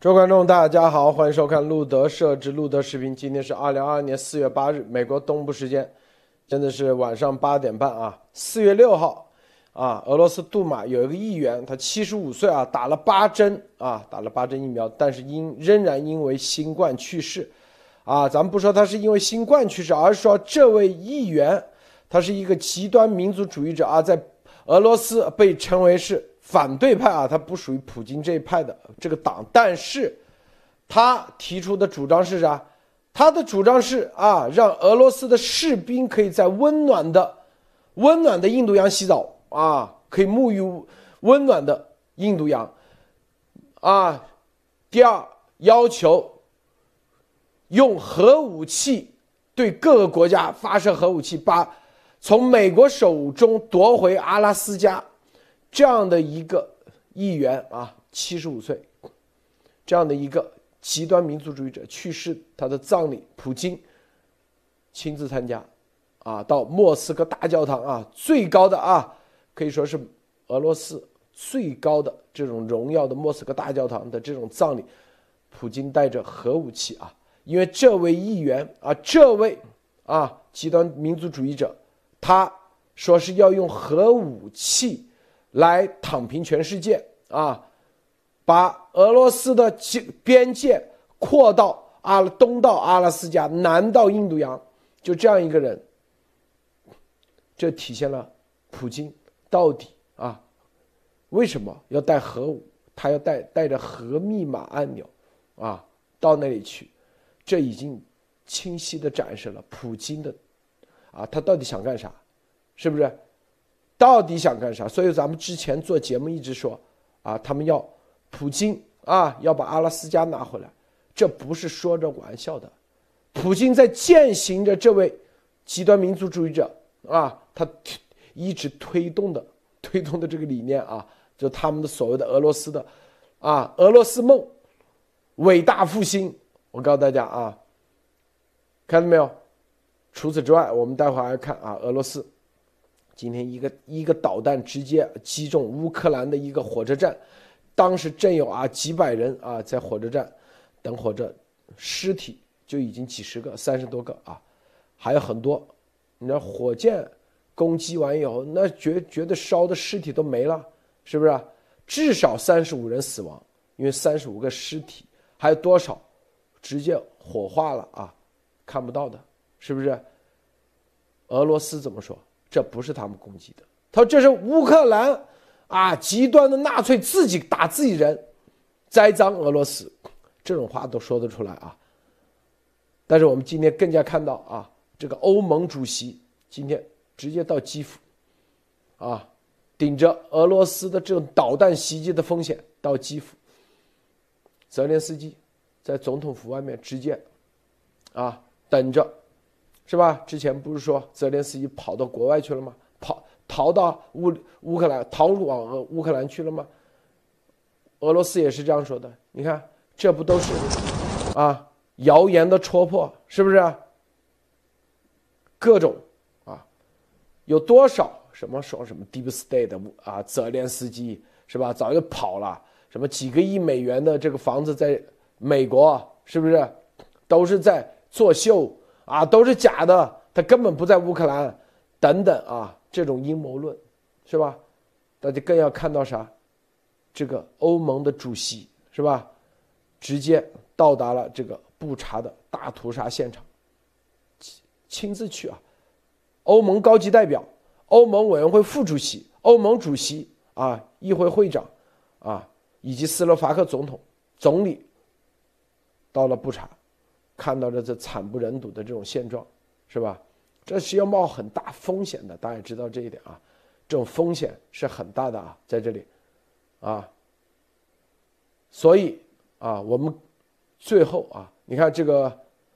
各位观众，大家好，欢迎收看路德社之路德视频。今天是2022年4月8日，美国东部时间，现在是晚上8点半啊。4月6号啊，俄罗斯杜马有一个议员，他75岁啊，打了8针疫苗，但是仍然因为新冠去世啊。咱们不说他是因为新冠去世，而是说这位议员他是一个极端民族主义者啊，在俄罗斯被称为是反对派啊，他不属于普京这一派的这个党，但是他提出的主张是啥？他的主张是啊，让俄罗斯的士兵可以在温暖的印度洋洗澡啊，可以沐浴温暖的印度洋啊。第二，要求用核武器对各个国家发射核武器，把从美国手中夺回阿拉斯加。这样的一个议员啊，75岁，这样的一个极端民族主义者去世，他的葬礼，普京亲自参加，啊，到莫斯科大教堂啊，最高的啊，可以说是俄罗斯最高的这种荣耀的莫斯科大教堂的这种葬礼，普京带着核武器啊，因为这位议员啊，这位啊极端民族主义者，他说是要用核武器来躺平全世界啊，把俄罗斯的边界扩到东到阿拉斯加，南到印度洋，就这样一个人，这体现了普京到底啊为什么要带核武，他要带着核密码按钮啊到那里去，这已经清晰地展示了普京的啊他到底想干啥，是不是？到底想干啥？所以咱们之前做节目一直说啊，他们要普京啊要把阿拉斯加拿回来，这不是说着玩笑的。普京在践行着这位极端民族主义者啊，他一直推动的这个理念啊，就他们的所谓的俄罗斯的啊俄罗斯梦伟大复兴。我告诉大家啊，看到没有？除此之外，我们待会儿还看啊，俄罗斯今天一个导弹直接击中乌克兰的一个火车站，当时正有啊几百人啊在火车站等火车，尸体就已经几十个30多个啊，还有很多。你知道火箭攻击完以后，那觉得烧的尸体都没了，是不是？至少35人死亡，因为35个尸体，还有多少直接火化了啊，看不到的，是不是？俄罗斯怎么说？这不是他们攻击的，他说这是乌克兰啊极端的纳粹自己打自己人，栽赃俄罗斯，这种话都说得出来啊。但是我们今天更加看到啊，这个欧盟主席今天直接到基辅啊，顶着俄罗斯的这种导弹袭击的风险到基辅，泽连斯基在总统府外面直接啊等着，是吧？之前不是说泽连斯基跑到国外去了吗？逃到乌克兰，逃往乌克兰去了吗？俄罗斯也是这样说的。你看，这不都是啊谣言的戳破，是不是？各种啊，有多少什么说什么 deep state 的啊，泽连斯基是吧？早就跑了，什么几个亿美元的这个房子在美国，是不是？都是在作秀。啊，都是假的，他根本不在乌克兰，等等啊，这种阴谋论，是吧？大家更要看到啥？这个欧盟的主席是吧？直接到达了这个布查的大屠杀现场，亲自去啊！欧盟高级代表、欧盟委员会副主席、欧盟主席啊、议会会长啊，以及斯洛伐克总理到了布查。看到了这惨不忍睹的这种现状，是吧？这是要冒很大风险的，大家也知道这一点啊，这种风险是很大的啊，在这里啊，所以啊，我们最后啊，你看这个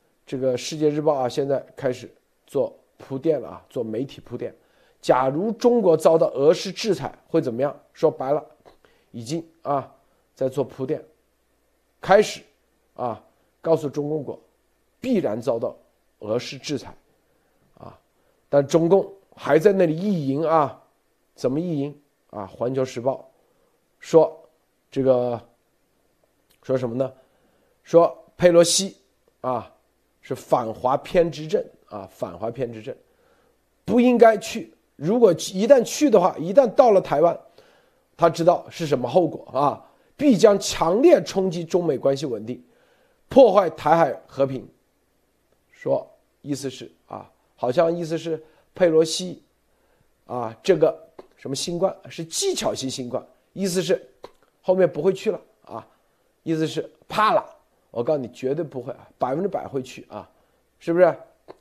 《世界日报》啊，现在开始做铺垫了啊，做媒体铺垫。假如中国遭到俄式制裁会怎么样？说白了，已经啊在做铺垫，开始啊告诉中共国。必然遭到俄式制裁啊，但中共还在那里意淫啊，怎么意淫啊？环球时报说这个说什么呢？ 说佩洛西啊是反华偏执症啊，反华偏执症，不应该去。如果一旦去的话，一旦到了台湾，他知道是什么后果啊，必将强烈冲击中美关系稳定，破坏台海和平。说意思是啊，好像意思是佩洛西啊，这个什么新冠是技巧性新冠，意思是后面不会去了啊，意思是怕了。我告诉你，绝对不会啊，100%会去啊，是不是？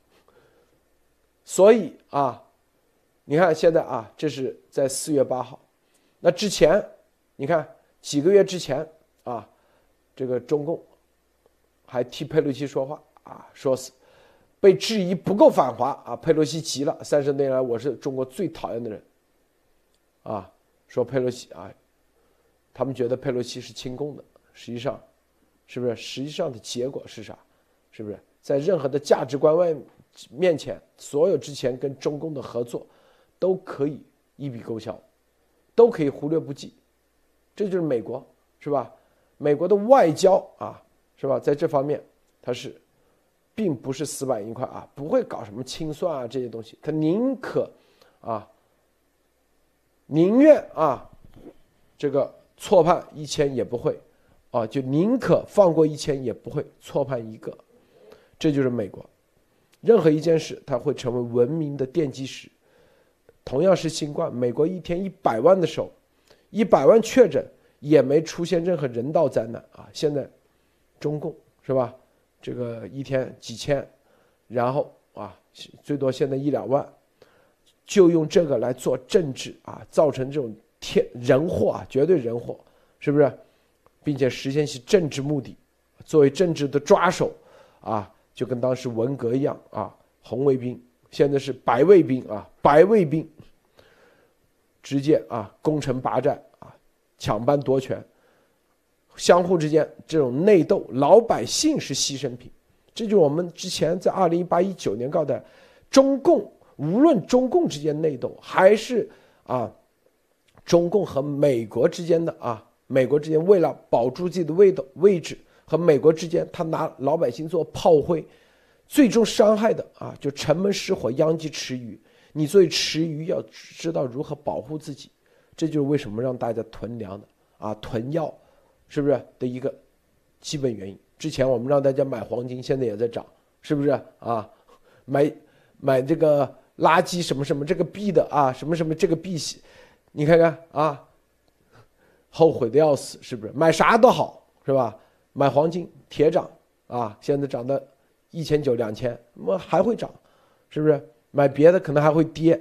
所以啊，你看现在啊，这是在4月8号，那之前，你看几个月之前啊，这个中共还替佩洛西说话啊，说是被质疑不够反华啊，佩洛西急了，30年来我是中国最讨厌的人啊，说佩洛西啊，他们觉得佩洛西是亲共的，实际上是不是？实际上的结果是啥？是不是在任何的价值观面前，所有之前跟中共的合作都可以一笔勾销，都可以忽略不计？这就是美国，是吧？美国的外交啊，是吧？在这方面，它是并不是死板硬块啊，不会搞什么清算啊这些东西，他宁可啊，宁愿啊，这个错判1000也不会啊，就宁可放过1000也不会错判1个，这就是美国。任何一件事，它会成为文明的奠基石。同样是新冠，美国一天100万的时候，100万确诊也没出现任何人道灾难啊。现在中共是吧？这个一天几千，然后啊，最多现在1-2万，就用这个来做政治啊，造成这种人祸啊，绝对人祸，是不是？并且实现其政治目的，作为政治的抓手啊，就跟当时文革一样啊，红卫兵现在是白卫兵啊，白卫兵直接啊攻城拔寨啊，抢班夺权，相互之间这种内斗，老百姓是牺牲品。这就是我们之前在2018-19年告的，中共无论中共之间内斗，还是啊中共和美国之间的啊，美国之间为了保住自己的位置，和美国之间他拿老百姓做炮灰，最终伤害的啊就城门失火，殃及池鱼。你作为池鱼要知道如何保护自己，这就是为什么让大家囤粮的啊，囤药，是不是的一个基本原因。之前我们让大家买黄金，现在也在涨，是不是啊？买这个垃圾什么什么这个币的啊，什么什么这个币，你看看啊，后悔的要死，是不是？买啥都好，是吧？买黄金铁涨啊，现在涨到1900、2000，那还会涨，是不是？买别的可能还会跌。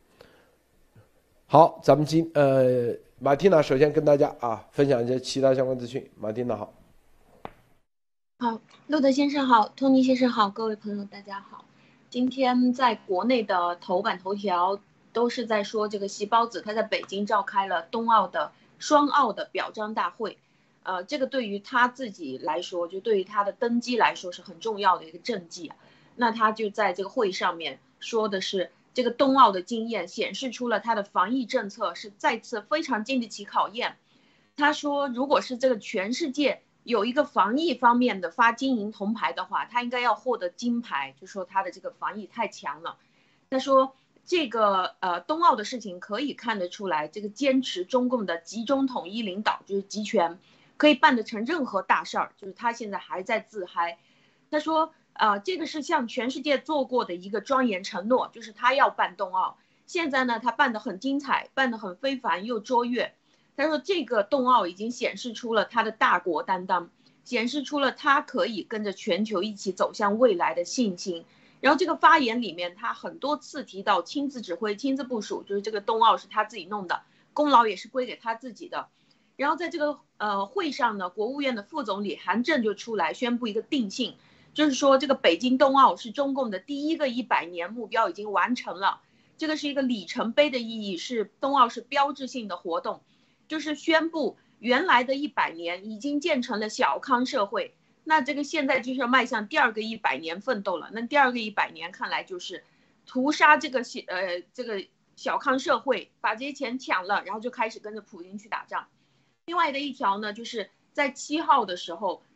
好，咱们马蒂娜首先跟大家啊分享一些其他相关资讯。马蒂娜好。 好，路德先生好，托尼先生好，各位朋友大家好。今天在国内的头版头条都是在说这个席包子他在北京召开了冬奥的双奥的表彰大会，这个对于他自己来说，就对于他的登基来说是很重要的一个政绩啊。那他就在这个会上面说的是，这个冬奥的经验显示出了他的防疫政策是再次非常经得起考验。他说，如果是这个全世界有一个防疫方面的发金银铜牌的话，他应该要获得金牌，就说他的这个防疫太强了。他说这个冬奥的事情可以看得出来，这个坚持中共的集中统一领导，就是集权，可以办得成任何大事儿，就是他现在还在自嗨。他说这个是向全世界做过的一个庄严承诺，就是他要办冬奥。现在呢，他办得很精彩，办得很非凡又卓越。他说这个冬奥已经显示出了他的大国担当，显示出了他可以跟着全球一起走向未来的信心。然后这个发言里面，他很多次提到亲自指挥、亲自部署，就是这个冬奥是他自己弄的，功劳也是归给他自己的。然后在这个会上呢，国务院的副总理韩正就出来宣布一个定性，就是说这个北京冬奥是中共的第一个100年目标已经完成了，这个是一个里程碑的意义，是冬奥是标志性的活动。就是宣布原来的100年已经建成了小康社会，那这个现在就是要迈向第二个100年奋斗了。那第二个100年看来就是屠杀这个小康社会，把这些钱抢了，然后就开始跟着普京去打仗。另外的一条呢，就是在7号的时候，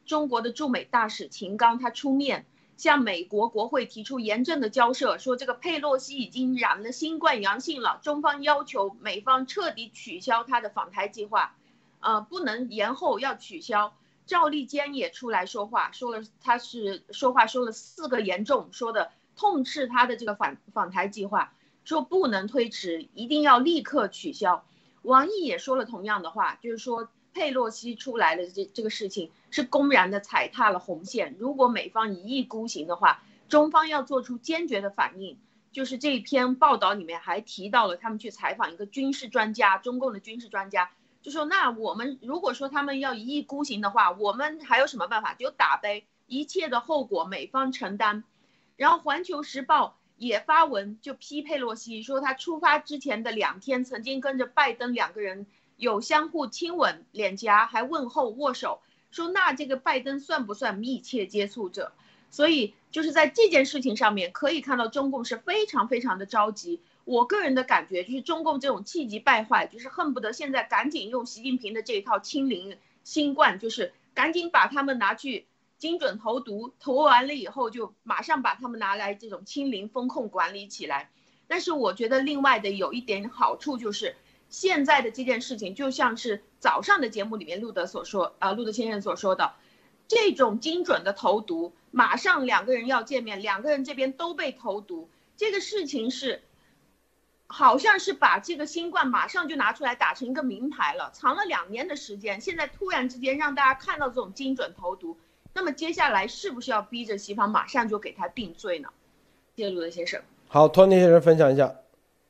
中国的驻美大使秦刚他出面向美国国会提出严正的交涉，说这个佩洛西已经染了新冠阳性了，中方要求美方彻底取消他的访台计划，不能延后，要取消。赵立坚也出来说话，说了他是说了4个严重，说的痛斥他的这个访台计划，说不能推迟，一定要立刻取消。王毅也说了同样的话，就是说佩洛西出来的这个事情是公然的踩踏了红线，如果美方一意孤行的话，中方要做出坚决的反应。就是这一篇报道里面还提到了他们去采访一个军事专家，中共的军事专家，就说那我们如果说他们要一意孤行的话，我们还有什么办法？就打呗，一切的后果美方承担。然后环球时报也发文就批佩洛西，说他出发之前的2天曾经跟着拜登2个人有相互亲吻脸颊，还问候握手，说那这个拜登算不算密切接触者？所以就是在这件事情上面可以看到中共是非常非常的着急。我个人的感觉就是中共这种气急败坏，就是恨不得现在赶紧用习近平的这一套清零新冠，就是赶紧把他们拿去精准投毒，投完了以后就马上把他们拿来这种清零风控管理起来。但是我觉得另外的有一点好处就是现在的这件事情就像是早上的节目里面路德先生所说的，这种精准的投毒，马上2个人要见面，2个人这边都被投毒，这个事情是好像是把这个新冠马上就拿出来打成一个名牌了，藏了2年的时间，现在突然之间让大家看到这种精准投毒，那么接下来是不是要逼着西方马上就给他定罪呢？谢谢鲁德先生。 好，托尼先生分享一下。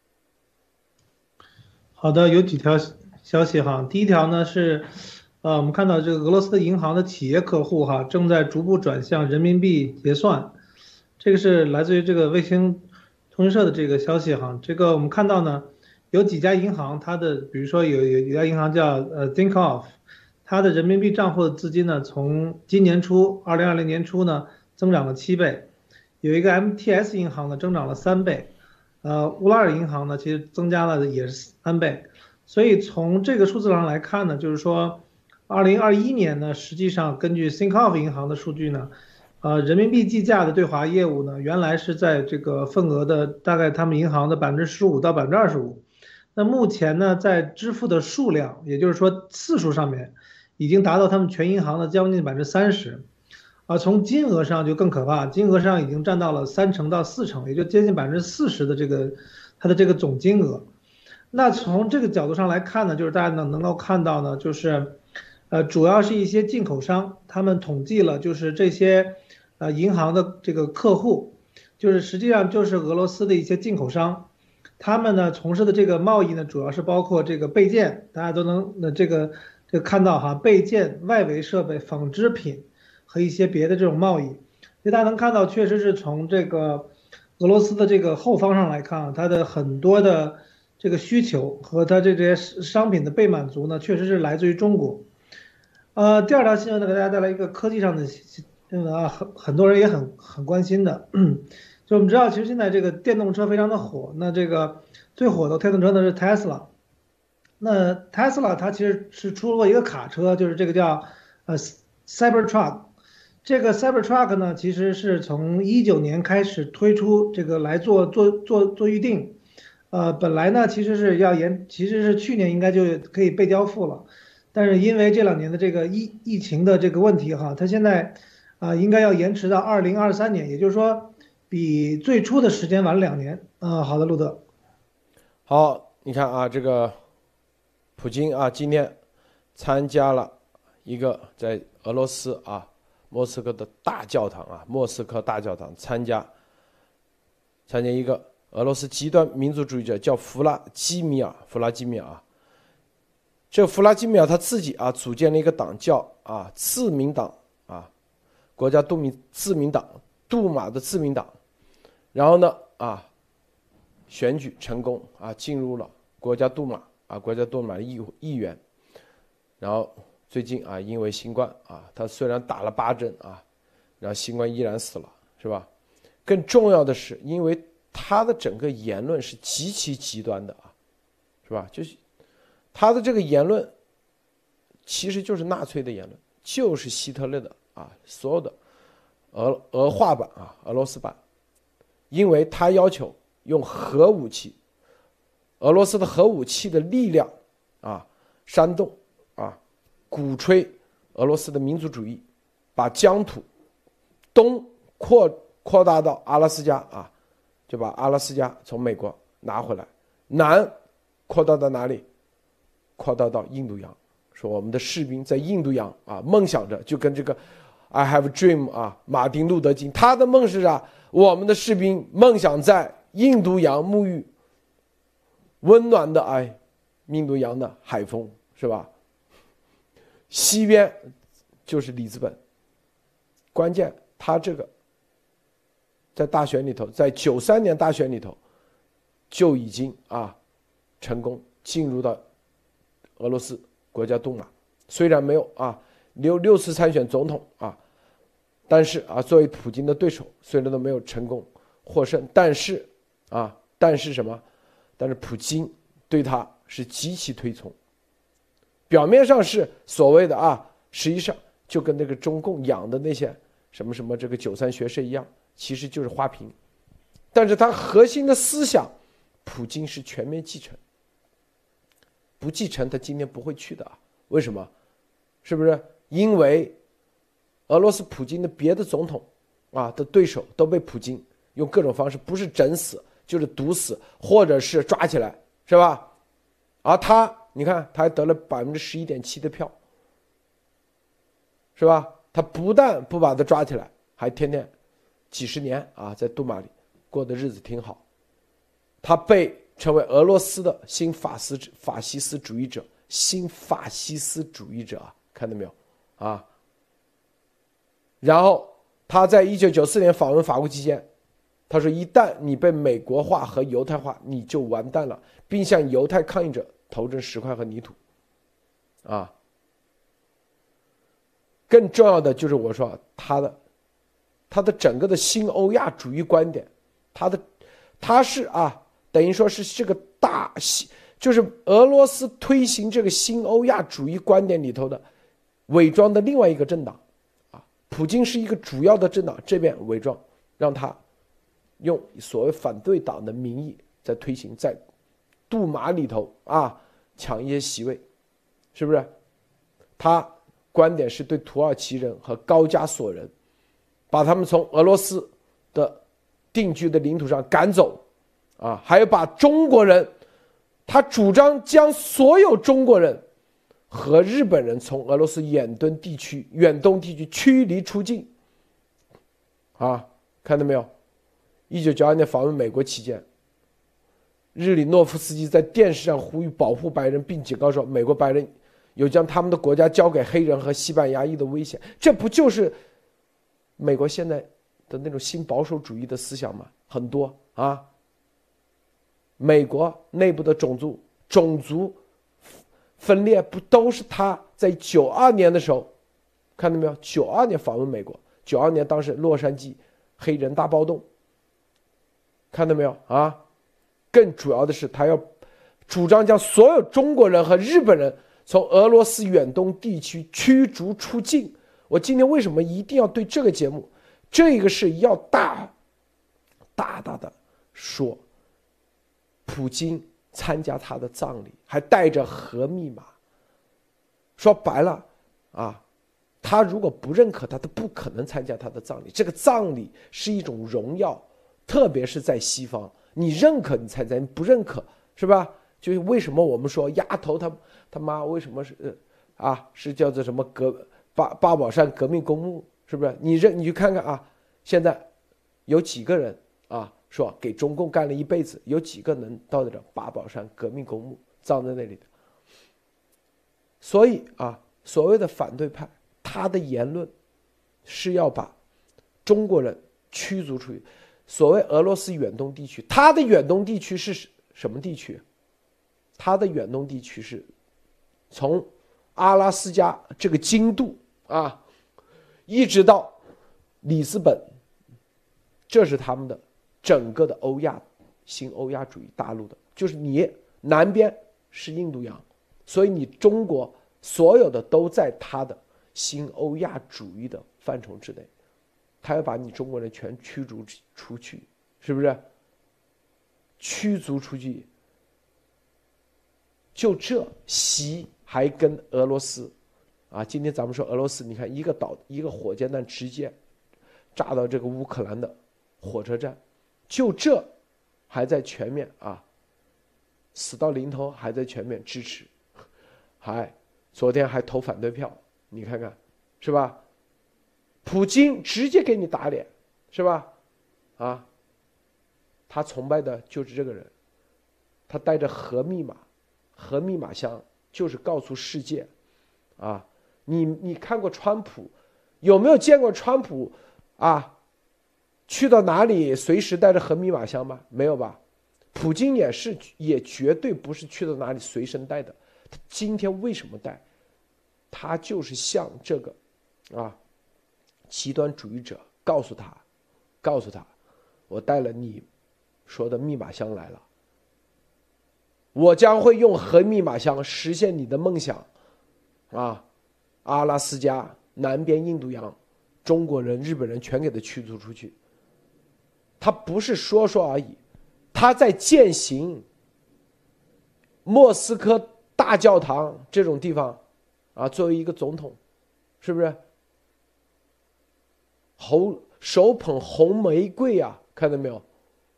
好的，有几条消息哈。第一条呢是，我们看到这个俄罗斯的银行的企业客户哈正在逐步转向人民币结算，这个是来自于这个卫星通讯社的这个消息哈。这个我们看到呢，有几家银行，它的比如说有一家银行叫Think Of，它的人民币账户的资金呢，从今年初2020年初呢增长了7倍，有一个 MTS 银行呢增长了3倍。乌拉尔银行呢，其实增加了也是3倍，所以从这个数字上来看呢，就是说，2021年呢，实际上根据 ThinkOf 银行的数据呢，人民币计价的对华业务呢，原来是在这个份额的大概他们银行的15%到25%，那目前呢，在支付的数量，也就是说次数上面，已经达到他们全银行的将近30%。从金额上就更可怕，金额上已经占到了30%到40%，也就接近40%的这个它的这个总金额。那从这个角度上来看呢，就是大家能够看到呢，就是主要是一些进口商，他们统计了就是这些银行的这个客户，就是实际上就是俄罗斯的一些进口商，他们呢从事的这个贸易呢，主要是包括这个备件，大家都能这个看到哈，备件、外围设备、纺织品。和一些别的这种贸易，所以大家能看到，确实是从这个俄罗斯的这个后方上来看，它的很多的这个需求和它这些商品的被满足呢，确实是来自于中国。第二条新闻呢，给大家带来一个科技上的新闻啊，很多人也很关心的，就我们知道，其实现在这个电动车非常的火，那这个最火的电动车呢是 Tesla， 那 Tesla 它其实是出过一个卡车，就是这个叫Cybertruck。这个 Cybertruck 呢，其实是从19年开始推出这个来做预定，本来呢其实是去年应该就可以被交付了，但是因为这2年的这个疫情的这个问题哈，它现在应该要延迟到2023年，也就是说比最初的时间晚了2年。好的，路德。 好，你看啊，这个普京啊，今天参加了一个在俄罗斯啊。莫斯科的大教堂啊，莫斯科大教堂参加一个俄罗斯极端民族主义者叫弗拉基米尔啊，这弗拉基米尔他自己啊组建了一个党叫自民党啊，国家自民党，杜马的自民党，然后呢选举成功啊，进入了国家杜马的议员，然后。最近啊，因为新冠啊，他虽然打了8针啊，然后新冠依然死了，是吧？更重要的是，因为他的整个言论是极其极端的啊，是吧？就是他的这个言论，其实就是纳粹的言论，就是希特勒的啊，所有的俄化版啊，俄罗斯版，因为他要求用核武器，俄罗斯的核武器的力量啊，煽动啊，鼓吹俄罗斯的民族主义，把疆土东扩大到阿拉斯加啊，就把阿拉斯加从美国拿回来，南扩大到哪里？扩大到印度洋，说我们的士兵在印度洋啊，梦想着就跟这个 I have a dream 啊，马丁路德金他的梦是啥？我们的士兵梦想在印度洋沐浴温暖的印度洋的海风，是吧？西边就是里兹本，关键他这个在大选里头，在93年大选里头就已经成功进入到俄罗斯国家杜马，虽然没有6次参选总统但是作为普京的对手，虽然都没有成功获胜，但是什么？但是普京对他是极其推崇，表面上是所谓的实际上就跟那个中共养的那些什么这个93学社一样，其实就是花瓶，但是他核心的思想，普京是全面继承。不继承他今天不会去的为什么？是不是因为俄罗斯普京的别的总统的对手都被普京用各种方式，不是整死就是毒死，或者是抓起来，是吧？而他你看他还得了11.7%的票，是吧？他不但不把他抓起来，还天天几十年在杜马里过的日子挺好，他被成为俄罗斯的新法西斯主义者，看到没有然后他在1994年访问法国期间，他说一旦你被美国化和犹太化，你就完蛋了，并向犹太抗议者投掷石块和泥土更重要的就是我说他的整个的新欧亚主义观点，他是等于说是这个就是俄罗斯推行这个新欧亚主义观点里头的伪装的另外一个政党普京是一个主要的政党，这边伪装，让他用所谓反对党的名义在推行，在杜马里头抢一些席位，是不是？他观点是对土耳其人和高加索人，把他们从俄罗斯的定居的领土上赶走还有把中国人，他主张将所有中国人和日本人从俄罗斯远东地区驱离出境看到没有？1992年访问美国期间，日里诺夫斯基在电视上呼吁保护白人，并警告说美国白人有将他们的国家交给黑人和西班牙裔的危险。这不就是美国现在的那种新保守主义的思想吗？很多美国内部的种族分裂不都是他在92年的时候，看到没有？92年访问美国，92年当时洛杉矶黑人大暴动，看到没有更主要的是他要主张将所有中国人和日本人从俄罗斯远东地区驱逐出境。我今天为什么一定要对这个节目，这个是要大的说，普京参加他的葬礼还带着核密码，说白了他如果不认可他不可能参加他的葬礼。这个葬礼是一种荣耀，特别是在西方，你认可你参加，你不认可是吧？就是为什么我们说丫头他妈为什么是叫做什么八宝山革命公墓，是不是？你去看看现在有几个人说给中共干了一辈子，有几个能到得了八宝山革命公墓葬在那里的？所以所谓的反对派，他的言论是要把中国人驱逐出去。所谓俄罗斯远东地区，他的远东地区是什么地区？他的远东地区是从阿拉斯加这个经度一直到里斯本，这是他们的整个的新欧亚主义大陆的，就是你南边是印度洋，所以你中国所有的都在他的新欧亚主义的范畴之内，他要把你中国人全驱逐出去，是不是？驱逐出去，就这习还跟俄罗斯，啊，今天咱们说俄罗斯，你看一个火箭弹直接炸到这个乌克兰的火车站，就这还在全面啊，死到临头还在全面支持，昨天还投反对票，你看看，是吧？普京直接给你打脸，是吧？啊，他崇拜的就是这个人，他带着核密码箱，就是告诉世界，啊，你看过川普，有没有见过川普啊？去到哪里随时带着核密码箱吗？没有吧？普京也绝对不是去到哪里随身带的。他今天为什么带？他就是向这个啊极端主义者告诉他，我带了你说的密码箱来了，我将会用核密码箱实现你的梦想，啊，阿拉斯加、南边印度洋，中国人、日本人全给他驱逐出去。他不是说而已，他在践行。莫斯科大教堂这种地方，啊，作为一个总统，是不是？手捧红玫瑰啊，看到没有？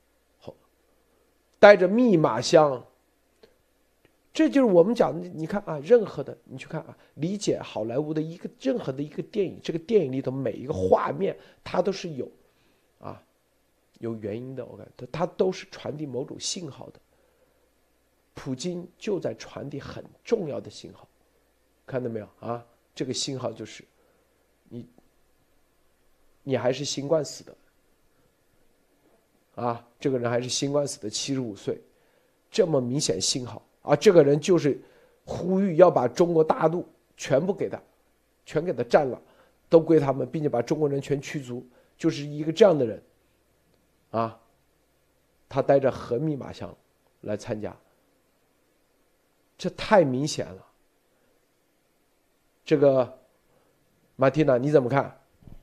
带着密码箱，这就是我们讲的。你看啊，任何的你去看啊，理解好莱坞的任何的一个电影，这个电影里头每一个画面，它都是有原因的。我感觉它都是传递某种信号的。普京就在传递很重要的信号，看到没有啊？这个信号就是你还是新冠死的啊，这个人还是新冠死的，75岁，这么明显信号啊！这个人就是呼吁要把中国大陆全给他占了，都归他们，并且把中国人全驱逐，就是一个这样的人啊。他带着核密码箱来参加，这太明显了。这个马蒂娜你怎么看？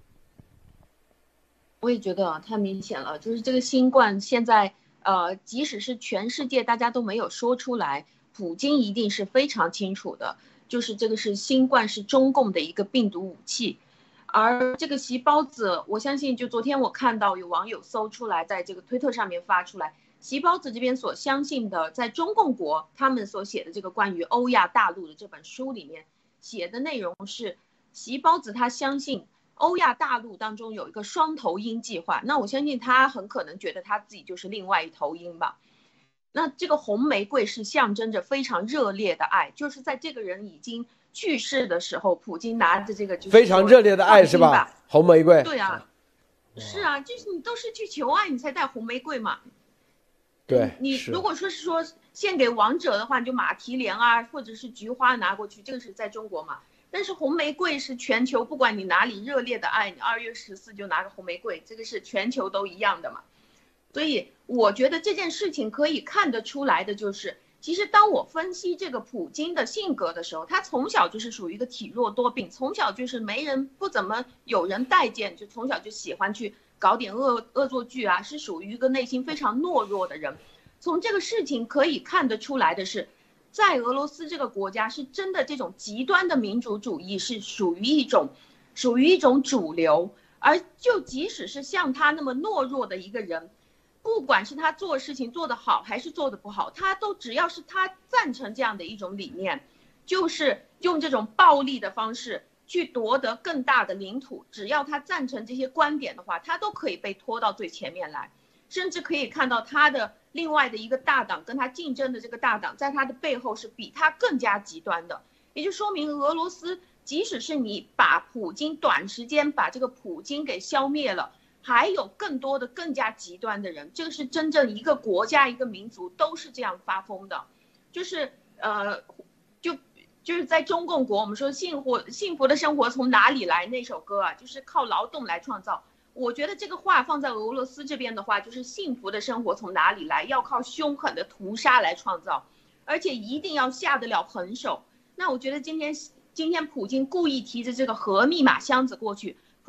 我也觉得太明显了，就是这个新冠现在即使是全世界大家都没有说出来，普京一定是非常清楚的，就是这个是新冠是中共的一个病毒武器。而这个习包子，我相信就昨天我看到有网友搜出来，在这个推特上面发出来，习包子这边所相信的，在中共国他们所写的这个关于欧亚大陆的这本书里面写的内容是，习包子他相信欧亚大陆当中有一个双头鹰计划，那我相信他很可能觉得他自己就是另外一头鹰吧。那这个红玫瑰是象征着非常热烈的爱，就是在这个人已经去世的时候，普京拿着这个就是非常热烈的爱是吧？红玫瑰。 对啊，是啊，就是你都是去求爱，你才带红玫瑰嘛。 对， 你如果说是说献给王者的话，你就马蹄莲啊，或者是菊花拿过去，这个是在中国嘛。但是红玫瑰是全球，不管你哪里热烈的爱，你2月14就拿个红玫瑰，这个是全球都一样的嘛。所以我觉得这件事情可以看得出来的就是，其实当我分析这个普京的性格的时候，他从小就是属于一个体弱多病，从小就是不怎么有人待见，就从小就喜欢去搞点恶作剧啊，是属于一个内心非常懦弱的人。从这个事情可以看得出来的是，在俄罗斯这个国家是真的这种极端的民主主义是属于一种主流，而就即使是像他那么懦弱的一个人，不管是他做事情做得好还是做得不好，他都只要是他赞成这样的一种理念，就是用这种暴力的方式去夺得更大的领土，只要他赞成这些观点的话，他都可以被拖到最前面来。甚至可以看到他的另外的一个大党跟他竞争的这个大党，在他的背后是比他更加极端的，也就说明俄罗斯即使是你把普京短时间把这个普京给消灭了，还有更多的更加极端的人，这个是真正一个国家一个民族都是这样发疯的。就是就是在中共国，我们说幸福的生活从哪里来那首歌啊，就是靠劳动来创造。我觉得这个话放在俄罗斯这边的话，就是幸福的生活从哪里来，要靠凶狠的屠杀来创造，而且一定要下得了狠手。那我觉得今天普京故意提着这个核密码箱子过去，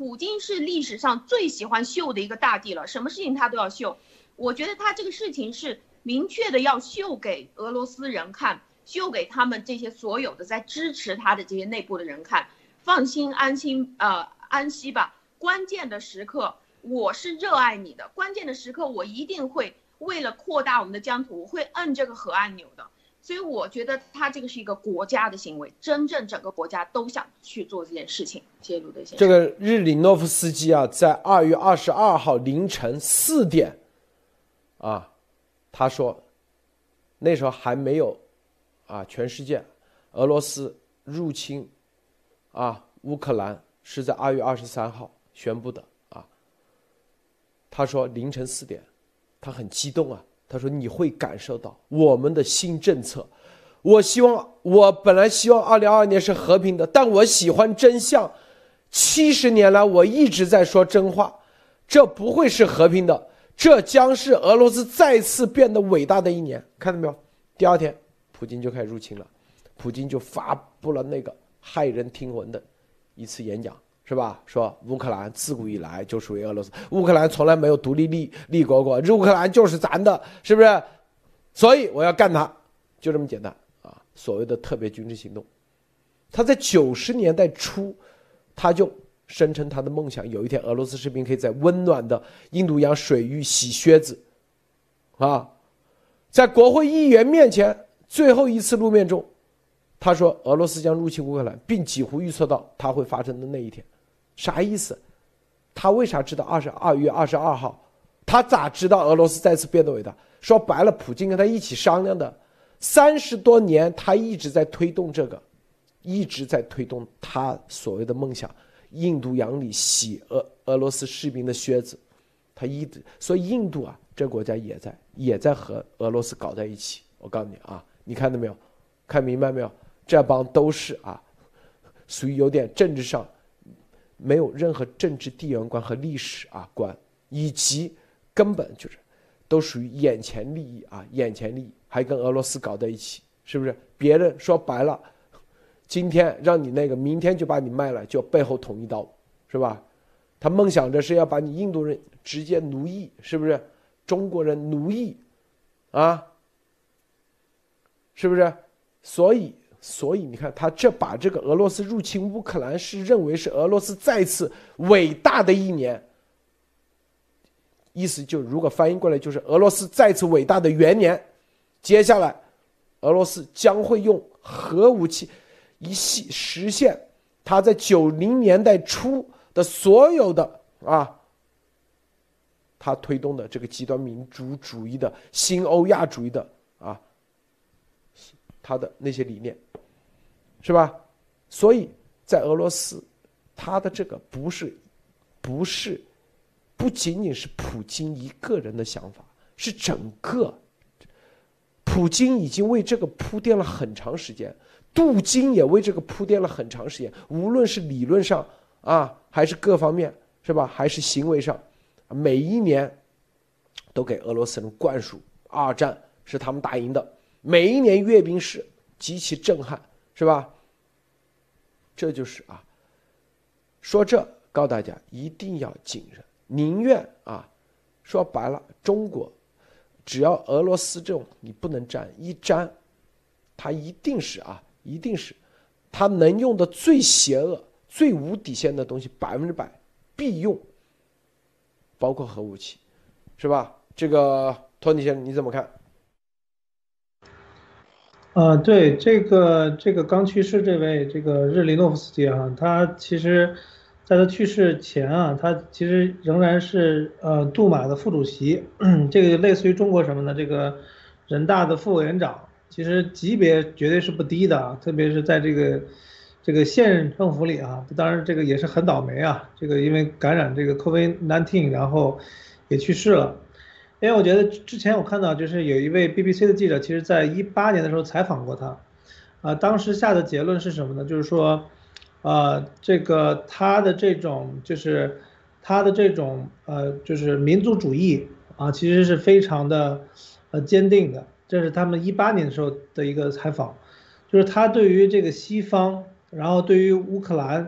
普京是历史上最喜欢秀的一个大帝了，什么事情他都要秀。我觉得他这个事情是明确的要秀给俄罗斯人看，秀给他们这些所有的在支持他的这些内部的人看，放心安息吧。关键的时刻我是热爱你的，关键的时刻我一定会为了扩大我们的疆土，我会摁这个核按钮的。所以我觉得他这个是一个国家的行为，真正整个国家都想去做这件事情。谢谢路德先生。 这个日里诺夫斯基啊，在2月22号凌晨4点啊，他说那时候还没有啊，全世界俄罗斯入侵啊乌克兰是在2月23号宣布的啊。他说凌晨4点，他很激动啊。他说你会感受到我们的新政策。我本来希望2022年是和平的，但我喜欢真相。70年来我一直在说真话，这不会是和平的，这将是俄罗斯再次变得伟大的一年。看到没有？第二天普京就开始入侵了，普京就发布了那个骇人听闻的一次演讲，是吧？说乌克兰自古以来就属于俄罗斯，乌克兰从来没有独立立国过，乌克兰就是咱的，是不是？所以我要干他，就这么简单啊！所谓的特别军事行动，他在90年代初，他就声称他的梦想，有一天俄罗斯士兵可以在温暖的印度洋水域洗靴子，啊，在国会议员面前最后一次露面中，他说俄罗斯将入侵乌克兰，并几乎预测到它会发生的那一天。啥意思？他为啥知道2月22号？他咋知道俄罗斯再次变得伟大？说白了，普京跟他一起商量的，30多年，他一直在推动这个，一直在推动他所谓的梦想。印度洋里洗俄罗斯士兵的靴子，所以印度啊，这国家也在和俄罗斯搞在一起。我告诉你啊，你看到没有？看明白没有？这帮都是啊，属于有点政治上没有任何政治地缘观和历史啊观，以及根本就是都属于眼前利益啊，眼前利益还跟俄罗斯搞在一起，是不是？别人说白了，今天让你那个，明天就把你卖了，就背后捅一刀，是吧？他梦想着是要把你印度人直接奴役，是不是？中国人奴役啊，是不是？所以你看，他把这个俄罗斯入侵乌克兰是认为是俄罗斯再次伟大的一年，意思就如果翻译过来就是俄罗斯再次伟大的元年。接下来，俄罗斯将会用核武器实现他在90年代初的所有的他推动的这个极端民族主义的新欧亚主义的他的那些理念，是吧？所以在俄罗斯，他的这个不仅仅是普京一个人的想法，是整个普京已经为这个铺垫了很长时间，杜金也为这个铺垫了很长时间，无论是理论上还是各方面，是吧？还是行为上，每一年都给俄罗斯人灌输二战是他们打赢的，每一年阅兵式极其震撼，是吧？这就是说这告诉大家一定要谨慎，宁愿说白了，中国只要俄罗斯这种你不能沾，一沾他一定是他能用的最邪恶最无底线的东西100%必用，包括核武器，是吧？这个托尼先生你怎么看？ 对，这个刚去世这位这个日里诺夫斯基他其实在他去世前他其实仍然是杜马的副主席，这个类似于中国什么呢？这个人大的副委员长，其实级别绝对是不低的特别是在这个现任政府里当然这个也是很倒霉这个因为感染这个 COVID-19， 然后也去世了。因为我觉得之前我看到就是有一位 BBC 的记者，其实在18年的时候采访过他，当时下的结论是什么呢？就是说，这个他的这种就是民族主义其实是非常的坚定的。这是他们18年的时候的一个采访，就是他对于这个西方，然后对于乌克兰，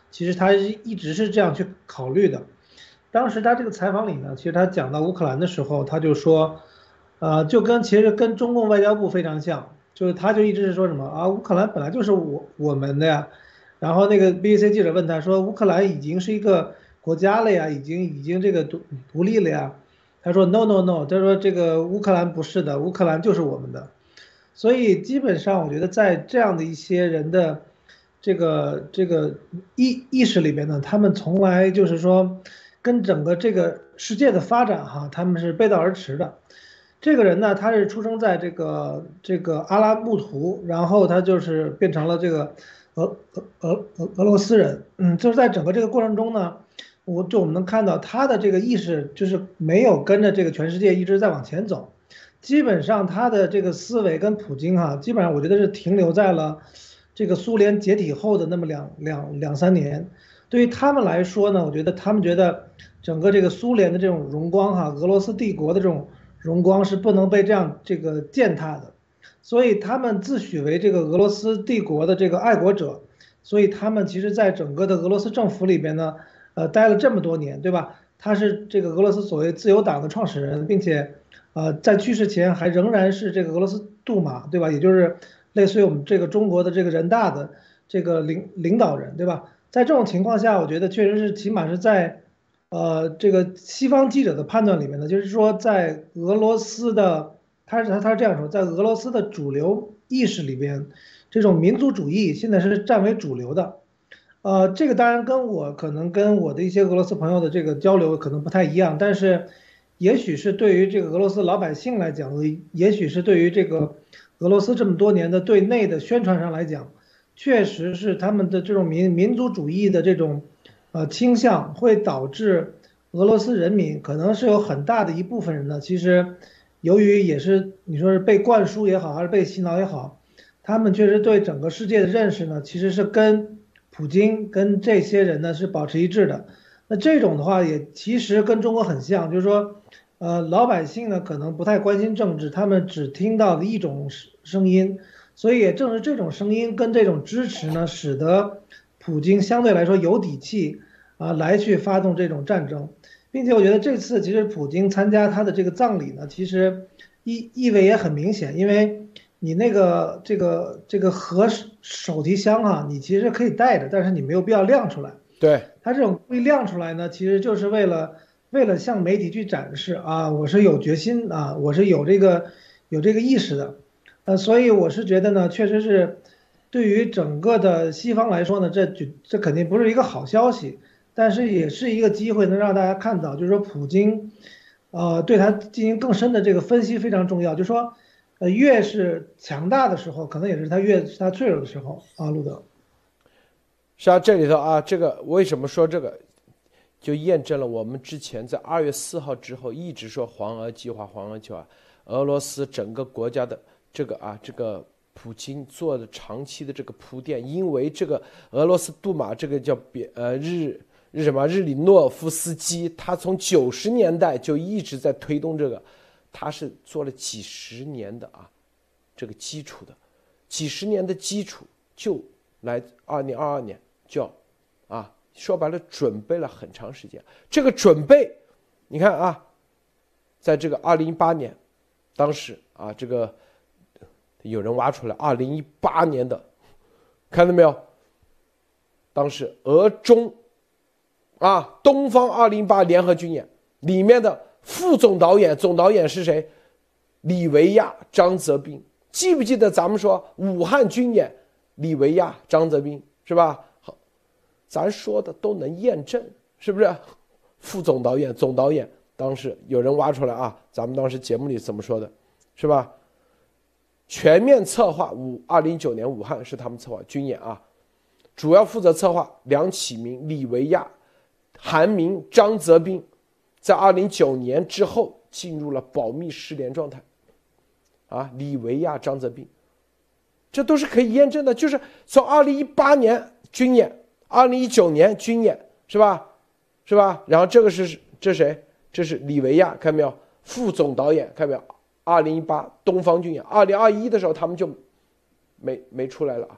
其实他一直是这样去考虑的。当时他这个采访里呢，其实他讲到乌克兰的时候，他就说，其实跟中共外交部非常像，就是他就一直是说什么啊，乌克兰本来就是我们的呀。然后那个 BBC 记者问他说，乌克兰已经是一个国家了呀，已经这个独立了呀。他说 no no no，他说这个乌克兰不是的，乌克兰就是我们的。所以基本上，我觉得在这样的一些人的这个意识里边呢，他们从来就是说，跟整个这个世界的发展哈，他们是背道而驰的。这个人呢，他是出生在这个阿拉木图，然后他就是变成了这个俄罗斯人，就是在整个这个过程中呢，我们能看到他的这个意识就是没有跟着这个全世界一直在往前走。基本上他的这个思维跟普京哈，基本上我觉得是停留在了这个苏联解体后的那么两三年。对于他们来说呢，我觉得他们觉得整个这个苏联的这种荣光哈，俄罗斯帝国的这种荣光是不能被这个践踏的，所以他们自诩为这个俄罗斯帝国的这个爱国者，所以他们其实在整个的俄罗斯政府里边呢，待了这么多年，对吧？他是这个俄罗斯所谓自由党的创始人，并且。在去世前还仍然是这个俄罗斯杜马，对吧？也就是类似于我们这个中国的这个人大的这个领导人，对吧？在这种情况下，我觉得确实是起码是在这个西方记者的判断里面呢，就是说在俄罗斯的他是这样说，在俄罗斯的主流意识里边，这种民族主义现在是占为主流的。这个当然可能跟我的一些俄罗斯朋友的这个交流可能不太一样，但是。也许是对于这个俄罗斯老百姓来讲，也许是对于这个俄罗斯这么多年的对内的宣传上来讲，确实是他们的这种民族主义的这种倾向，会导致俄罗斯人民可能是有很大的一部分人呢，其实由于也是你说是被灌输也好，还是被洗脑也好，他们确实对整个世界的认识呢，其实是跟普京跟这些人呢是保持一致的。那这种的话也其实跟中国很像，就是说。老百姓呢可能不太关心政治，他们只听到的一种声音，所以也正是这种声音跟这种支持呢，使得普京相对来说有底气来去发动这种战争，并且我觉得这次其实普京参加他的这个葬礼呢，其实意味也很明显，因为你那个这个核手提箱啊，你其实可以带着，但是你没有必要亮出来。 对， 他这种故意亮出来呢，其实就是为了向媒体去展示啊，我是有决心啊，我是有这个意识的，所以我是觉得呢，确实是对于整个的西方来说呢，这肯定不是一个好消息，但是也是一个机会，能让大家看到，就是说普京，对他进行更深的这个分析非常重要，就是说，越是强大的时候，可能也是他脆弱的时候啊，路德。 是啊，这里头啊，这个为什么说这个？就验证了我们之前在2月4号之后一直说黄俄计划，俄罗斯整个国家的这个普京做的长期的这个铺垫，因为这个俄罗斯杜马这个叫日里诺夫斯基，他从90年代就一直在推动这个，他是做了几十年的这个基础的，几十年的基础就来2022年就要说白了，准备了很长时间。这个准备，你看在这个2018年，当时这个有人挖出来2018年的，看到没有？当时俄中东方2018联合军演里面的副总导演是谁？李维亚、张泽斌。记不记得咱们说武汉军演，李维亚、张泽斌是吧？咱说的都能验证，是不是？副总导演、总导演，当时有人挖出来咱们当时节目里怎么说的，是吧？全面策划2019年武汉是他们策划军演主要负责策划梁启明、李维亚、韩明、张泽斌，在2009年之后进入了保密失联状态李维亚、张泽斌，这都是可以验证的，就是从2018年军演。2019年军演是吧？然后这谁？这是李维亚，看到没有？副总导演，看到没有？2018东方军演，2021的时候他们就没出来了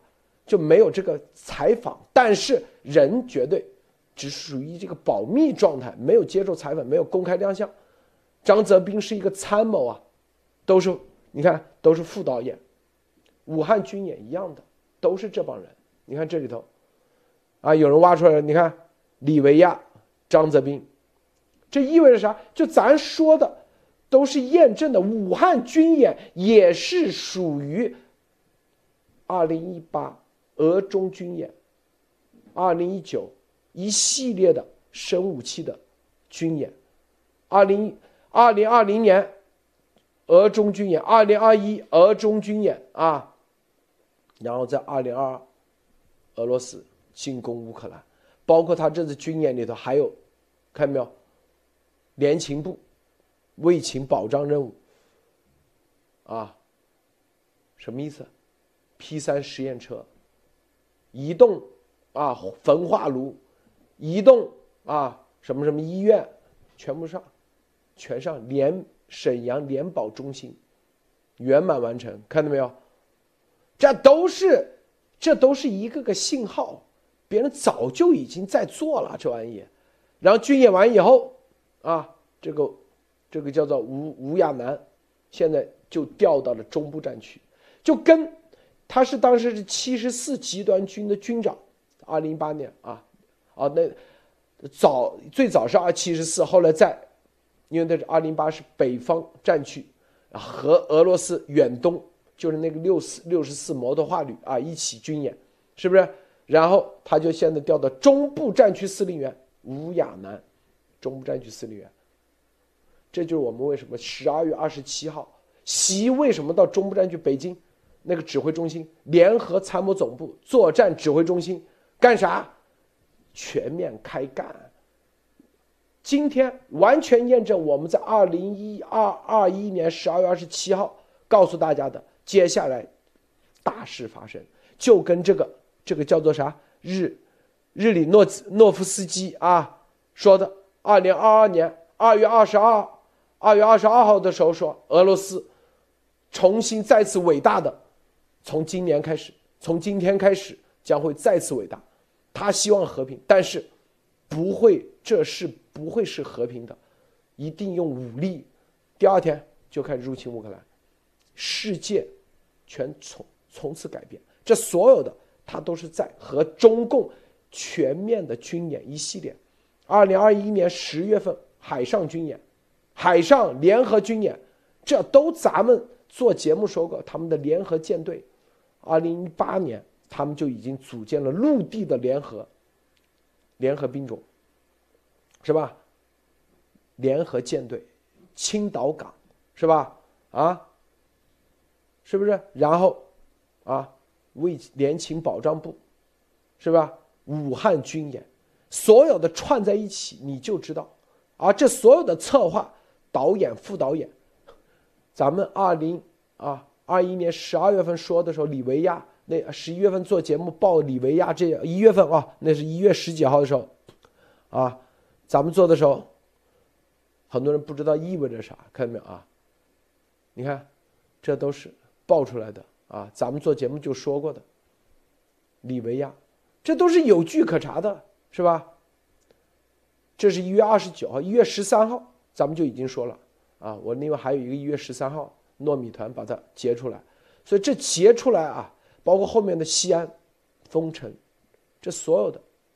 就没有这个采访，但是人绝对只属于这个保密状态，没有接受采访，没有公开亮相。张泽斌是一个参谋啊，都是你看都是副导演，武汉军演一样的，都是这帮人。你看这里头啊，有人挖出来了，你看李维亚、张泽斌，这意味着啥？就咱说的都是验证的，武汉军演也是属于2018俄中军演，2019一系列的生武器的军演，2020年俄中军演，2021俄中军演啊，然后在2022俄罗斯进攻乌克兰，包括他这次军演里头还有，看到没有？联勤部卫勤保障任务啊，什么意思？P3实验车移动啊，焚化炉移动啊，什么什么医院全部上，全上沈阳联保中心圆满完成，看到没有？这都是一个个信号，别人早就已经在做了这玩意。然后军演完以后啊，这个叫做吴亚楠，现在就调到了中部战区，就跟他是当时是74集团军的军长，2018年那最早是74，后来因为那是208是北方战区和俄罗斯远东，就是那个64摩托化旅啊一起军演，是不是？然后他就现在调到中部战区司令员吴亚楠，中部战区司令员。这就是我们为什么12月27号习为什么到中部战区北京那个指挥中心联合参谋总部作战指挥中心干啥？全面开干。今天完全验证我们在2021年12月27号告诉大家的，接下来大事发生，就跟这个叫做啥日里诺夫斯基啊说的，2022年2月22号的时候说，俄罗斯重新再次伟大的，从今天开始将会再次伟大。他希望和平，但是这事不会是和平的，一定用武力。第二天就开始入侵乌克兰，世界全从此改变。这所有的他都是在和中共全面的军演一系列。2021年10月份海上军演，海上联合军演，这都咱们做节目说过，他们的联合舰队。2018年他们就已经组建了陆地的联合兵种，是吧？联合舰队，青岛港，是吧？是不是？然后联勤保障部，是吧？武汉军演，所有的串在一起，你就知道这所有的策划、导演、副导演，咱们21年12月份说的时候，李维亚那11月份做节目报李维亚，这1月份那是1月10几号的时候咱们做的时候，很多人不知道意味着啥，看到没有你看，这都是爆出来的咱们做节目就说过的，李维亚，这都是有据可查的，是吧？这是1月29号，1月13号咱们就已经说了我另外还有一个1月13号糯米团把它截出来，所以这截出来包括后面的西安封城，这所有的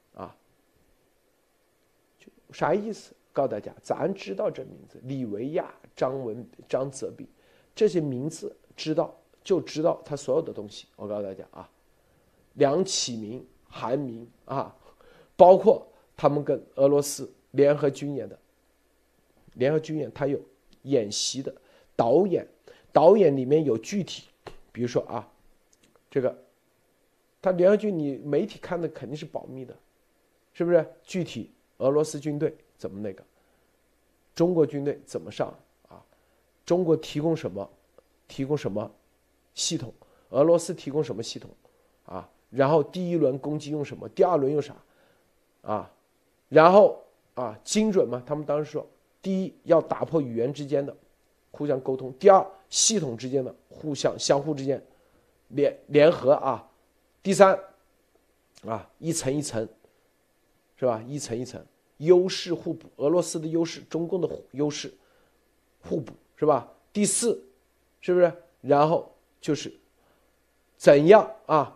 就啥意思？告诉大家，咱知道这名字，李维亚、张泽斌这些名字就知道他所有的东西。我告诉大家梁启明、韩明包括他们跟俄罗斯联合军演，他有演习的导演里面有具体，比如说这个他联合军你媒体看的肯定是保密的，是不是？具体俄罗斯军队怎么那个，中国军队怎么上中国提供什么系统，俄罗斯提供什么系统然后第一轮攻击用什么，第二轮用啥然后精准嘛，他们当时说，第一要打破语言之间的互相沟通，第二系统之间的相互之间联合第三，一层一层，是吧？一层一层，优势互补，俄罗斯的优势，中共的优势互补，是吧？第四，是不是？然后就是怎样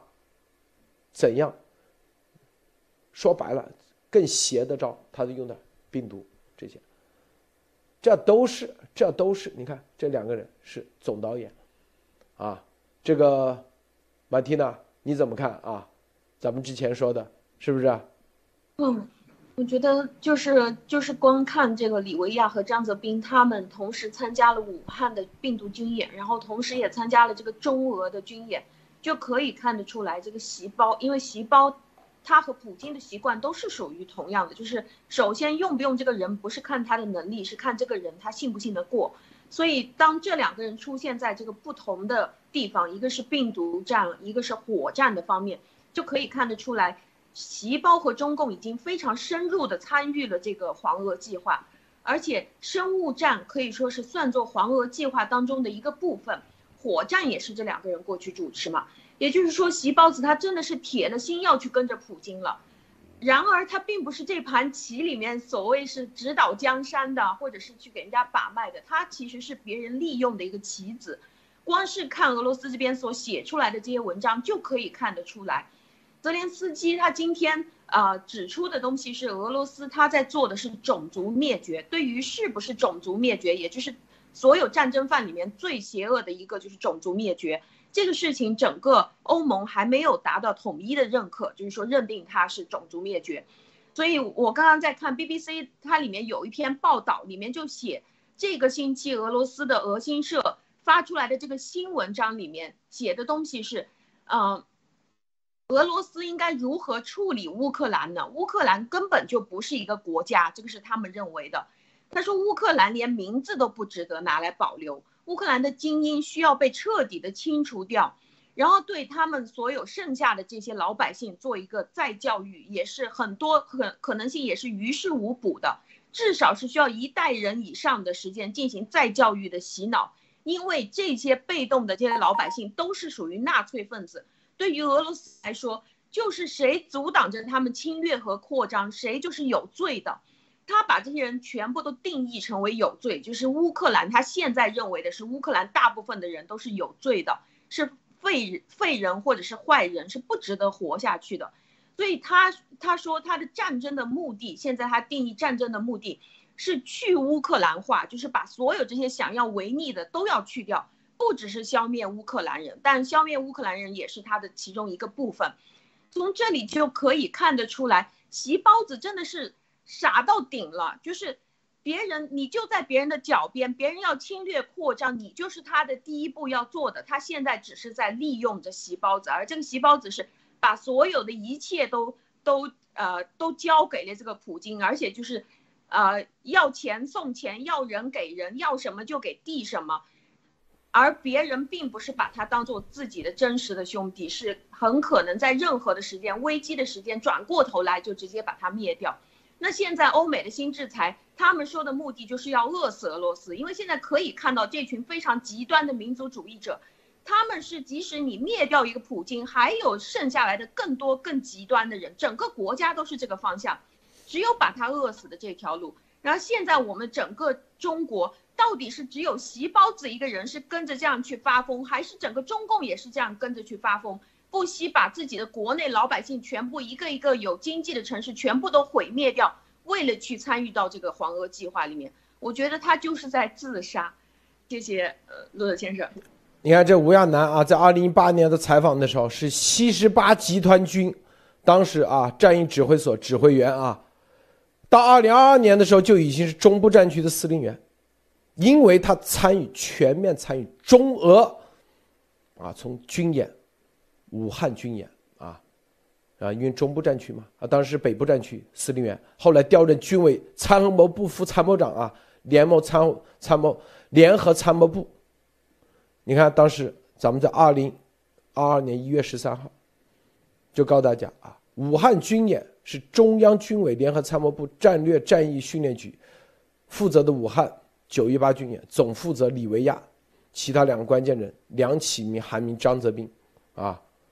说白了，更邪的招，他就用的病毒这些，这都是，你看这两个人是总导演，这个马蒂娜你怎么看啊？咱们之前说的是不是啊？ 我觉得就是光看这个李维亚和张泽斌他们同时参加了武汉的病毒军演，然后同时也参加了这个中俄的军演，就可以看得出来这个习包，因为习包他和普京的习惯都是属于同样的，就是首先用不用这个人不是看他的能力，是看这个人他信不信得过。所以当这两个人出现在这个不同的地方，一个是病毒战，一个是火战的方面，就可以看得出来习包和中共已经非常深入的参与了这个黄俄计划，而且生物战可以说是算作黄俄计划当中的一个部分，火战也是这两个人过去主持嘛。也就是说习包子他真的是铁了心要去跟着普京了，然而他并不是这盘棋里面所谓是指导江山的，或者是去给人家把脉的，他其实是别人利用的一个棋子。光是看俄罗斯这边所写出来的这些文章就可以看得出来，泽连斯基他今天指出的东西是俄罗斯他在做的是种族灭绝，对于是不是种族灭绝，也就是所有战争犯里面最邪恶的一个就是种族灭绝，这个事情整个欧盟还没有达到统一的认可，就是说认定它是种族灭绝。所以我刚刚在看 BBC， 它里面有一篇报道，里面就写这个星期俄罗斯的俄新社发出来的这个新文章里面写的东西是俄罗斯应该如何处理乌克兰呢？乌克兰根本就不是一个国家，这个是他们认为的。他说乌克兰连名字都不值得拿来保留，乌克兰的精英需要被彻底的清除掉，然后对他们所有剩下的这些老百姓做一个再教育，也是很多可能性也是于事无补的，至少是需要1代人以上的时间进行再教育的洗脑，因为这些被动的这些老百姓都是属于纳粹分子。对于俄罗斯来说，就是谁阻挡着他们侵略和扩张，谁就是有罪的。他把这些人全部都定义成为有罪，就是乌克兰他现在认为的是乌克兰大部分的人都是有罪的，是废人或者是坏人，是不值得活下去的。所以他说他的战争的目的，现在他定义战争的目的是去乌克兰化，就是把所有这些想要违逆的都要去掉，不只是消灭乌克兰人，但消灭乌克兰人也是他的其中一个部分。从这里就可以看得出来，习包子真的是傻到顶了，就是你就在别人的脚边，别人要侵略扩张，你就是他的第一步要做的。他现在只是在利用着习包子，而这个习包子是把所有的一切都交给了这个普京，而且就是要钱送钱，要人给人，要什么就给递什么。而别人并不是把他当做自己的真实的兄弟，是很可能在任何的时间危机的时间转过头来就直接把他灭掉。那现在欧美的新制裁，他们说的目的就是要饿死俄罗斯，因为现在可以看到这群非常极端的民族主义者，他们是即使你灭掉一个普京，还有剩下来的更多更极端的人，整个国家都是这个方向，只有把他饿死的这条路。然后现在我们整个中国到底是只有习包子一个人是跟着这样去发疯，还是整个中共也是这样跟着去发疯，不惜把自己的国内老百姓全部一个一个有经济的城市全部都毁灭掉，为了去参与到这个黄俄计划里面。我觉得他就是在自杀。谢谢陆德先生。 你看这吴亚楠啊，在2018年的采访的时候是西十八集团军当时战役指挥所指挥员到2022年的时候就已经是中部战区的司令员，因为他全面参与中俄从军演武汉军演因为中部战区嘛当时北部战区司令员，后来调任军委参谋部副参谋长联合参谋部。你看当时咱们在2022年1月13号就告诉大家武汉军演是中央军委联合参谋部战略战役训练局负责的武汉918军演，总负责李维亚，其他2个关键人梁启明、韩明、张泽斌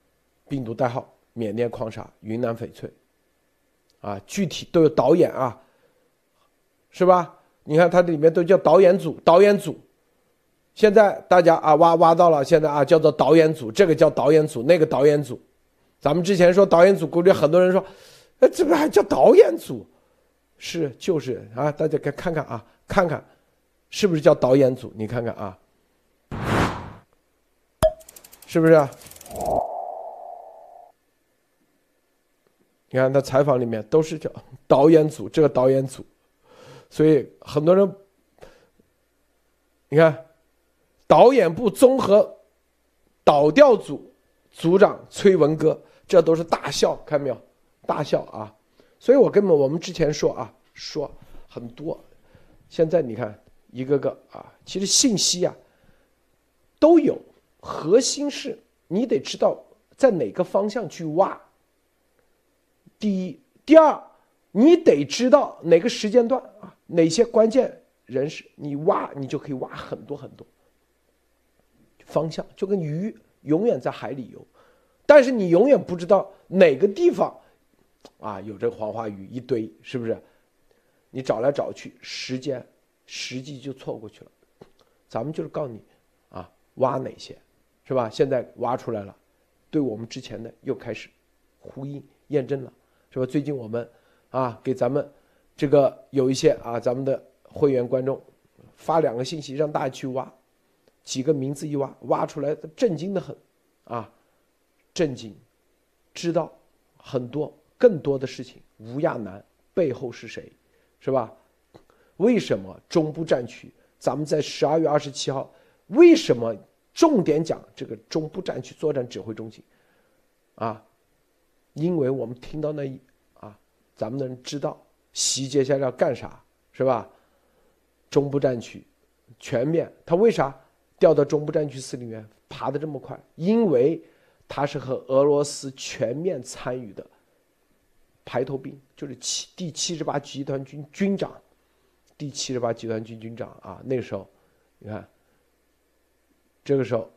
病毒代号缅甸矿砂、云南翡翠，啊，具体都有导演啊，是吧？你看它这里面都叫导演组，导演组。现在大家啊挖到了，现在啊叫做导演组，这个叫导演组，那个导演组。咱们之前说导演组，估计很多人说，这个还叫导演组？是就是啊，大家看看啊，看看是不是叫导演组？你看看啊，是不是啊？你看他采访里面都是叫导演组，这个导演组，所以很多人，你看导演部综合导调组组长崔文歌，这都是大校，看到没有？大校啊！所以我们之前说啊，说很多，现在你看一个个啊，其实信息啊都有，核心是你得知道在哪个方向去挖。第一，第二，你得知道哪个时间段啊，哪些关键人士，你挖你就可以挖很多很多方向，就跟鱼永远在海里游，但是你永远不知道哪个地方啊有这个黄花鱼一堆，是不是？你找来找去，时机就错过去了。咱们就是告诉你啊，挖哪些，是吧？现在挖出来了，对我们之前的又开始呼应验证了。是吧？最近我们啊给咱们这个有一些啊咱们的会员观众发2个信息，让大家去挖，几个名字一挖出来，震惊的很啊，震惊，知道很多更多的事情。吴亚楠背后是谁，是吧？为什么中部战区咱们在12月27号为什么重点讲这个中部战区作战指挥中心啊？因为我们听到咱们的人知道习接下来要干啥，是吧？中部战区全面，他为啥调到中部战区司令员爬得这么快？因为他是和俄罗斯全面参与的排头兵，就是第78集团军军长，第78集团军军长啊。那个时候，你看，这个时候，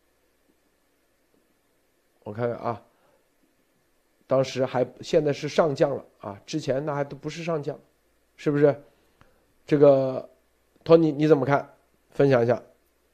我看看啊。当时现在是上将了啊，之前那还都不是上将，是不是？这个托尼你怎么看？分享一下。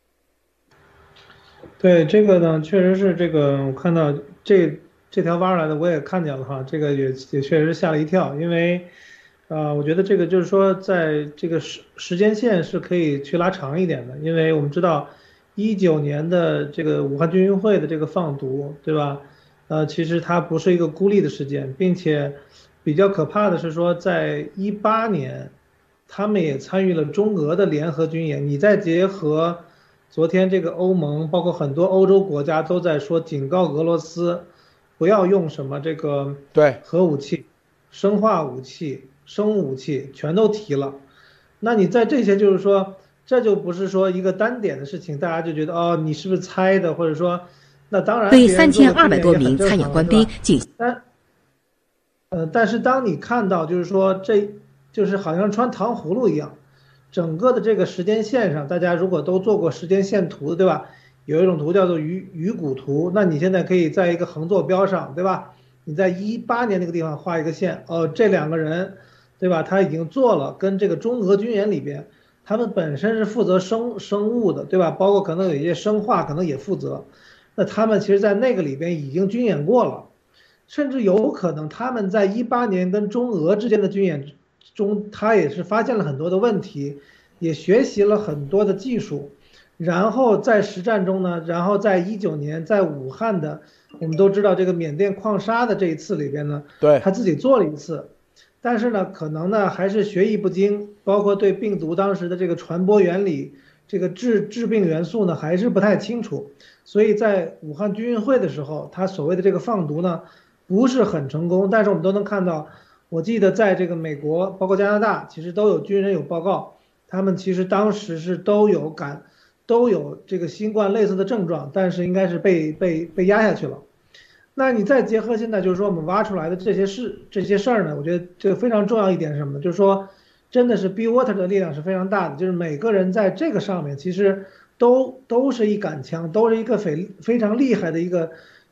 对这个呢，确实是这个，我看到这条挖出来的我也看见了哈，这个也确实吓了一跳，因为我觉得这个就是说，在这个时间线是可以去拉长一点的，因为我们知道19年的这个武汉军运会的这个放毒，对吧？其实它不是一个孤立的事件，并且比较可怕的是说，在18年，他们也参与了中俄的联合军演。你再结合昨天这个欧盟，包括很多欧洲国家都在说警告俄罗斯，不要用什么这个核武器、生化武器、生物武器全都提了。那你在这些就是说，这就不是说一个单点的事情，大家就觉得哦，你是不是猜的，或者说。那当然， 对3200多名参演官兵进行。 但是当你看到，就是说，这就是好像穿糖葫芦一样，整个的这个时间线上，大家如果都做过时间线图，对吧？有一种图叫做鱼骨图，那你现在可以在一个横坐标上，对吧？你在18年那个地方画一个线，这2个人，对吧？他已经做了跟这个中俄军演里边，他们本身是负责生物的，对吧？包括可能有一些生化，可能也负责。那他们其实，在那个里边已经军演过了，甚至有可能他们在18年跟中俄之间的军演中，他也是发现了很多的问题，也学习了很多的技术，然后在实战中呢，然后在19年在武汉的，我们都知道这个缅甸矿砂的这一次里边呢， 对， 他自己做了一次，但是呢，可能呢还是学艺不精，包括对病毒当时的这个传播原理。这个致病元素呢还是不太清楚，所以在武汉军运会的时候，他所谓的这个放毒呢不是很成功，但是我们都能看到，我记得在这个美国包括加拿大，其实都有军人有报告，他们其实当时是都有这个新冠类似的症状，但是应该是被压下去了。那你再结合现在就是说我们挖出来的这些事儿呢，我觉得这个非常重要一点是什么呢？就是说。真的是 Be Water 的力量是非常大的，就是每个人在这个上面其实都是一杆枪，都是一个非常厉害的一个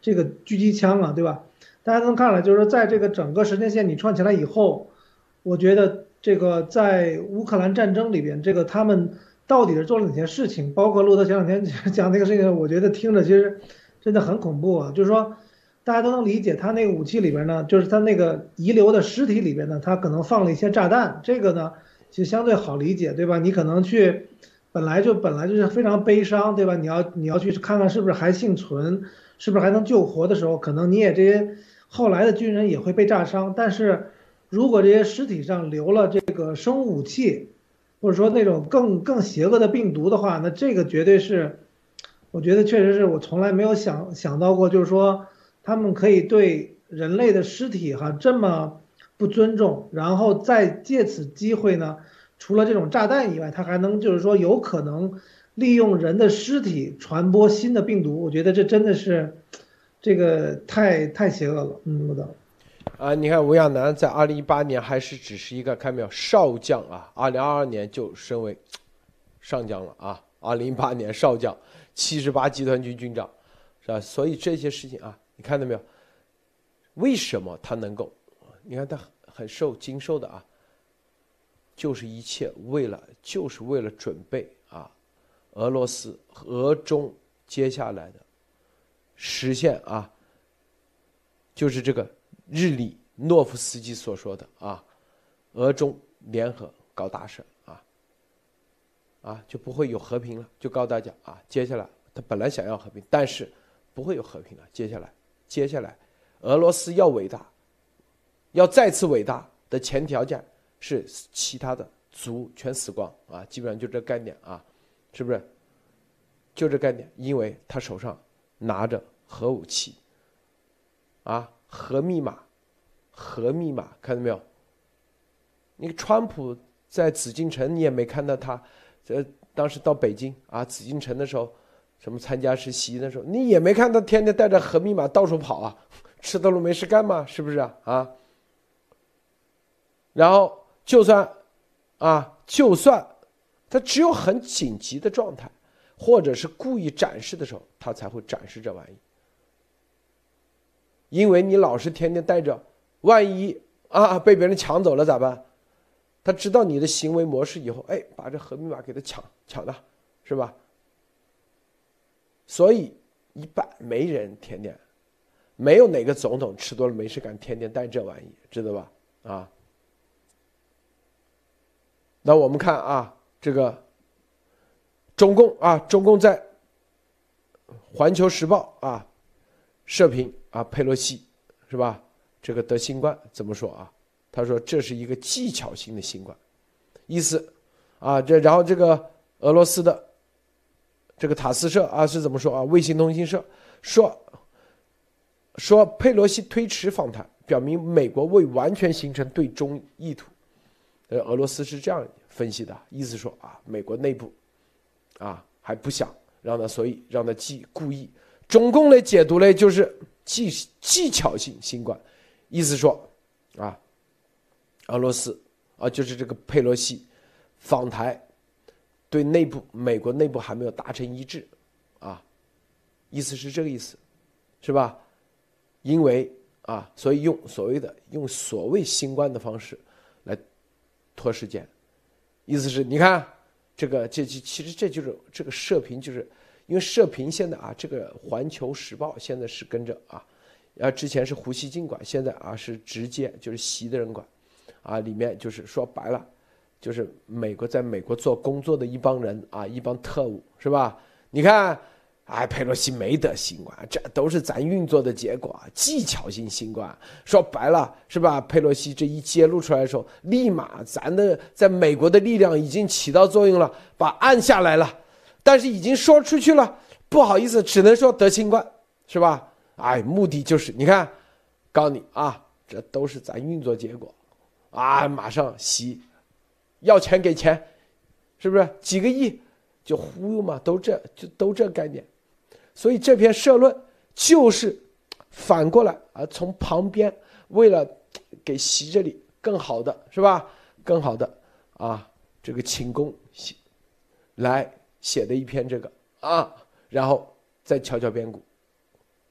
这个狙击枪啊，对吧？大家能看出来，就是说在这个整个时间线你串起来以后，我觉得这个在乌克兰战争里边，这个他们到底是做了哪些事情？包括路德前两天讲那个事情，我觉得听着其实真的很恐怖啊。就是说，大家都能理解，他那个武器里边呢，就是他那个遗留的尸体里边呢，他可能放了一些炸弹。这个呢，其实相对好理解，对吧？你可能去本来就是非常悲伤，对吧？你要去看看是不是还幸存，是不是还能救活的时候，可能你也这些后来的军人也会被炸伤。但是如果这些尸体上留了这个生物武器，或者说那种更邪恶的病毒的话，那这个绝对是，我觉得确实是我从来没有想到过，就是说他们可以对人类的尸体这么不尊重，然后再借此机会呢，除了这种炸弹以外，他还能就是说有可能利用人的尸体传播新的病毒。我觉得这真的是这个太邪恶了，我的。 你看吴亚楠在2018年还是只是一个看没有少将啊，2022年就升为上将了啊，2018年少将，78集团军军长，是吧？所以这些事情啊，你看到没有？为什么他能够？你看他很经受的啊，就是一切就是为了准备啊，俄罗斯俄中接下来的实现啊，就是这个日里诺夫斯基所说的啊，俄中联合搞大事就不会有和平了。就告诉大家啊，接下来他本来想要和平，但是不会有和平了。接下来，俄罗斯要伟大，要再次伟大的前条件是其他的族全死光啊，基本上就这概念啊，是不是？就这概念，因为他手上拿着核武器啊，核密码，看到没有？你川普在紫禁城，你也没看到他，当时到北京啊，紫禁城的时候，什么参加实习的时候，你也没看他天天带着核密码到处跑啊，吃得了没事干嘛？是不是啊？然后就算他只有很紧急的状态，或者是故意展示的时候，他才会展示这玩意。因为你老是天天带着，万一被别人抢走了咋办？他知道你的行为模式以后，把这核密码给他抢了，是吧？所以一般没人天天，没有哪个总统吃多了没事干，天天带这玩意，知道吧？那我们看啊，这个中共在环球时报社评佩洛西是吧？这个得新冠怎么说啊？他说这是一个技巧性的新冠，意思然后这个俄罗斯的这个塔斯社是怎么说啊？卫星通讯社说佩洛西推迟访谈，表明美国未完全形成对中意图。俄罗斯是这样分析的，意思说美国内部还不想让他，所以让他故意。中共的解读呢，就是技巧性新冠，意思说俄罗斯就是这个佩洛西访台，对美国内部还没有达成一致意思是这个意思，是吧？因为所以用所谓新冠的方式来拖时间，意思是你看其实这就是这个社评，就是因为社评现在这个环球时报现在是跟着之前是胡锡进管，现在是直接就是习的人管里面就是说白了，就是在美国做工作的一帮人一帮特务，是吧？你看佩洛西没得新冠，这都是咱运作的结果，技巧性新冠。说白了是吧？佩洛西这一揭露出来的时候，立马咱的在美国的力量已经起到作用了，把按下来了，但是已经说出去了，不好意思，只能说得新冠，是吧？目的就是你看，告诉你这都是咱运作结果马上洗，要钱给钱，是不是几个亿就忽悠嘛？都这概念。所以这篇社论就是反过来从旁边为了给习这里更好的，是吧？更好的这个请功来写的一篇这个然后再敲边鼓。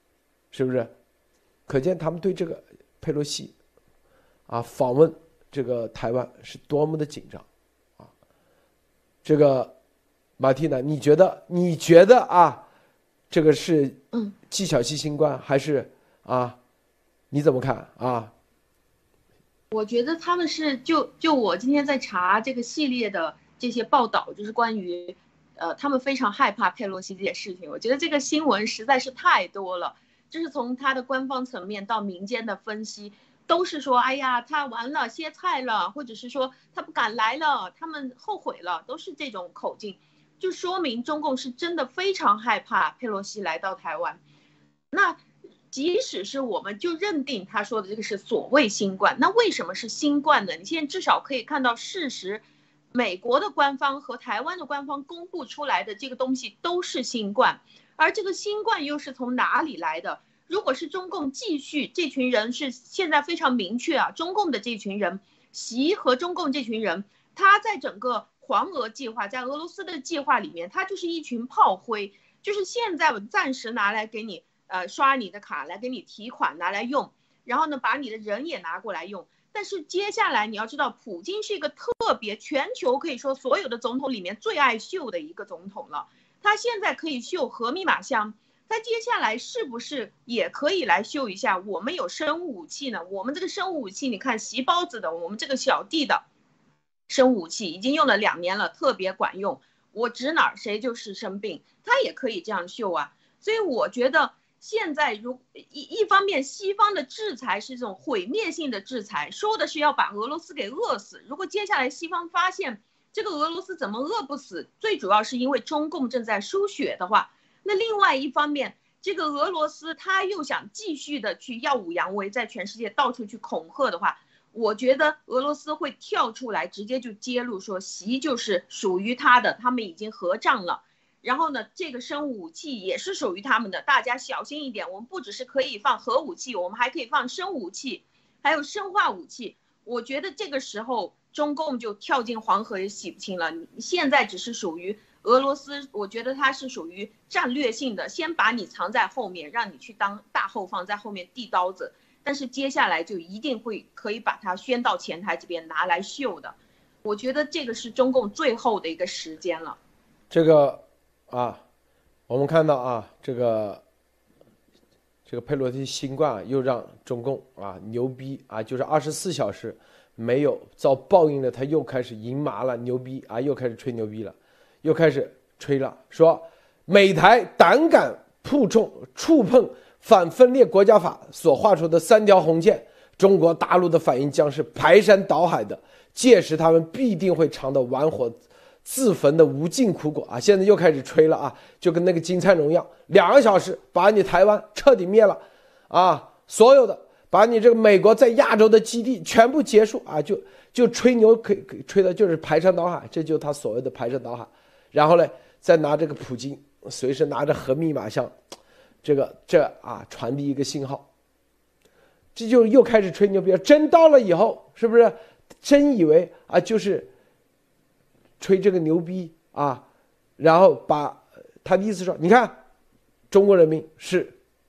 是不是？可见他们对这个佩洛西访问这个台湾是多么的紧张啊！这个马蒂娜，你觉得这个是技巧性新冠还是你怎么看啊？ 我觉得他们是就我今天在查这个系列的这些报道，就是关于他们非常害怕佩洛西这件事情。我觉得这个新闻实在是太多了，就是从他的官方层面到民间的分析，都是说哎呀他完了歇菜了，或者是说他不敢来了，他们后悔了，都是这种口径，就说明中共是真的非常害怕佩洛西来到台湾。那即使是我们就认定他说的这个是所谓新冠，那为什么是新冠呢？你现在至少可以看到事实，美国的官方和台湾的官方公布出来的这个东西都是新冠，而这个新冠又是从哪里来的？如果是中共继续，这群人是现在非常明确中共的这群人，习和中共这群人，他在整个黄俄计划，在俄罗斯的计划里面，他就是一群炮灰，就是现在我暂时拿来给你刷你的卡，来给你提款拿来用，然后呢把你的人也拿过来用。但是接下来你要知道，普京是一个特别全球可以说所有的总统里面最爱秀的一个总统了。他现在可以秀核密码箱，他接下来是不是也可以来秀一下我们有生物武器呢？我们这个生物武器，你看习包子的，我们这个小弟的生物武器已经用了2年了，特别管用，我指哪儿谁就是生病，他也可以这样秀啊。所以我觉得现在一方面西方的制裁是这种毁灭性的制裁，说的是要把俄罗斯给饿死。如果接下来西方发现这个俄罗斯怎么饿不死，最主要是因为中共正在输血的话，那另外一方面这个俄罗斯他又想继续的去耀武扬威，在全世界到处去恐吓的话，我觉得俄罗斯会跳出来直接就揭露说习就是属于他的，他们已经合账了，然后呢这个生物武器也是属于他们的，大家小心一点，我们不只是可以放核武器，我们还可以放生武器还有生化武器。我觉得这个时候中共就跳进黄河也洗不清了，你现在只是属于俄罗斯，我觉得它是属于战略性的，先把你藏在后面，让你去当大后方，在后面递刀子，但是接下来就一定会可以把它宣到前台这边拿来秀的。我觉得这个是中共最后的一个时间了。 这个我们看到这个佩洛西新冠又让中共牛逼就是24小时没有遭报应了，他又开始赢麻了，牛逼又开始吹牛逼了，又开始吹了，说美台胆敢触碰反分裂国家法所画出的3条红线，中国大陆的反应将是排山倒海的，届时他们必定会尝到玩火自焚的无尽苦果现在又开始吹了就跟那个金灿荣一样，2个小时把你台湾彻底灭了所有的把你这个美国在亚洲的基地全部结束就吹牛可以吹的就是排山倒海，这就是他所谓的排山倒海。然后呢再拿这个普京随时拿着核密码箱传递一个信号，这就又开始吹牛逼，真到了以后是不是真以为就是吹这个牛逼然后把他的意思说，你看中国人民是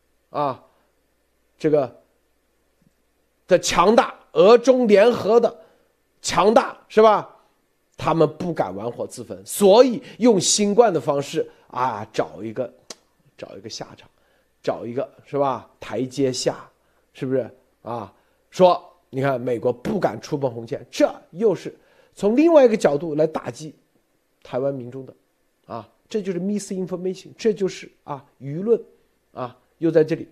这个的强大，俄中联合的强大是吧？他们不敢玩火自焚，所以用新冠的方式找一个下场，找一个是吧台阶下，是不是说你看美国不敢触碰红线，这又是从另外一个角度来打击台湾民众的这就是 misinformation， 这就是舆论又在这里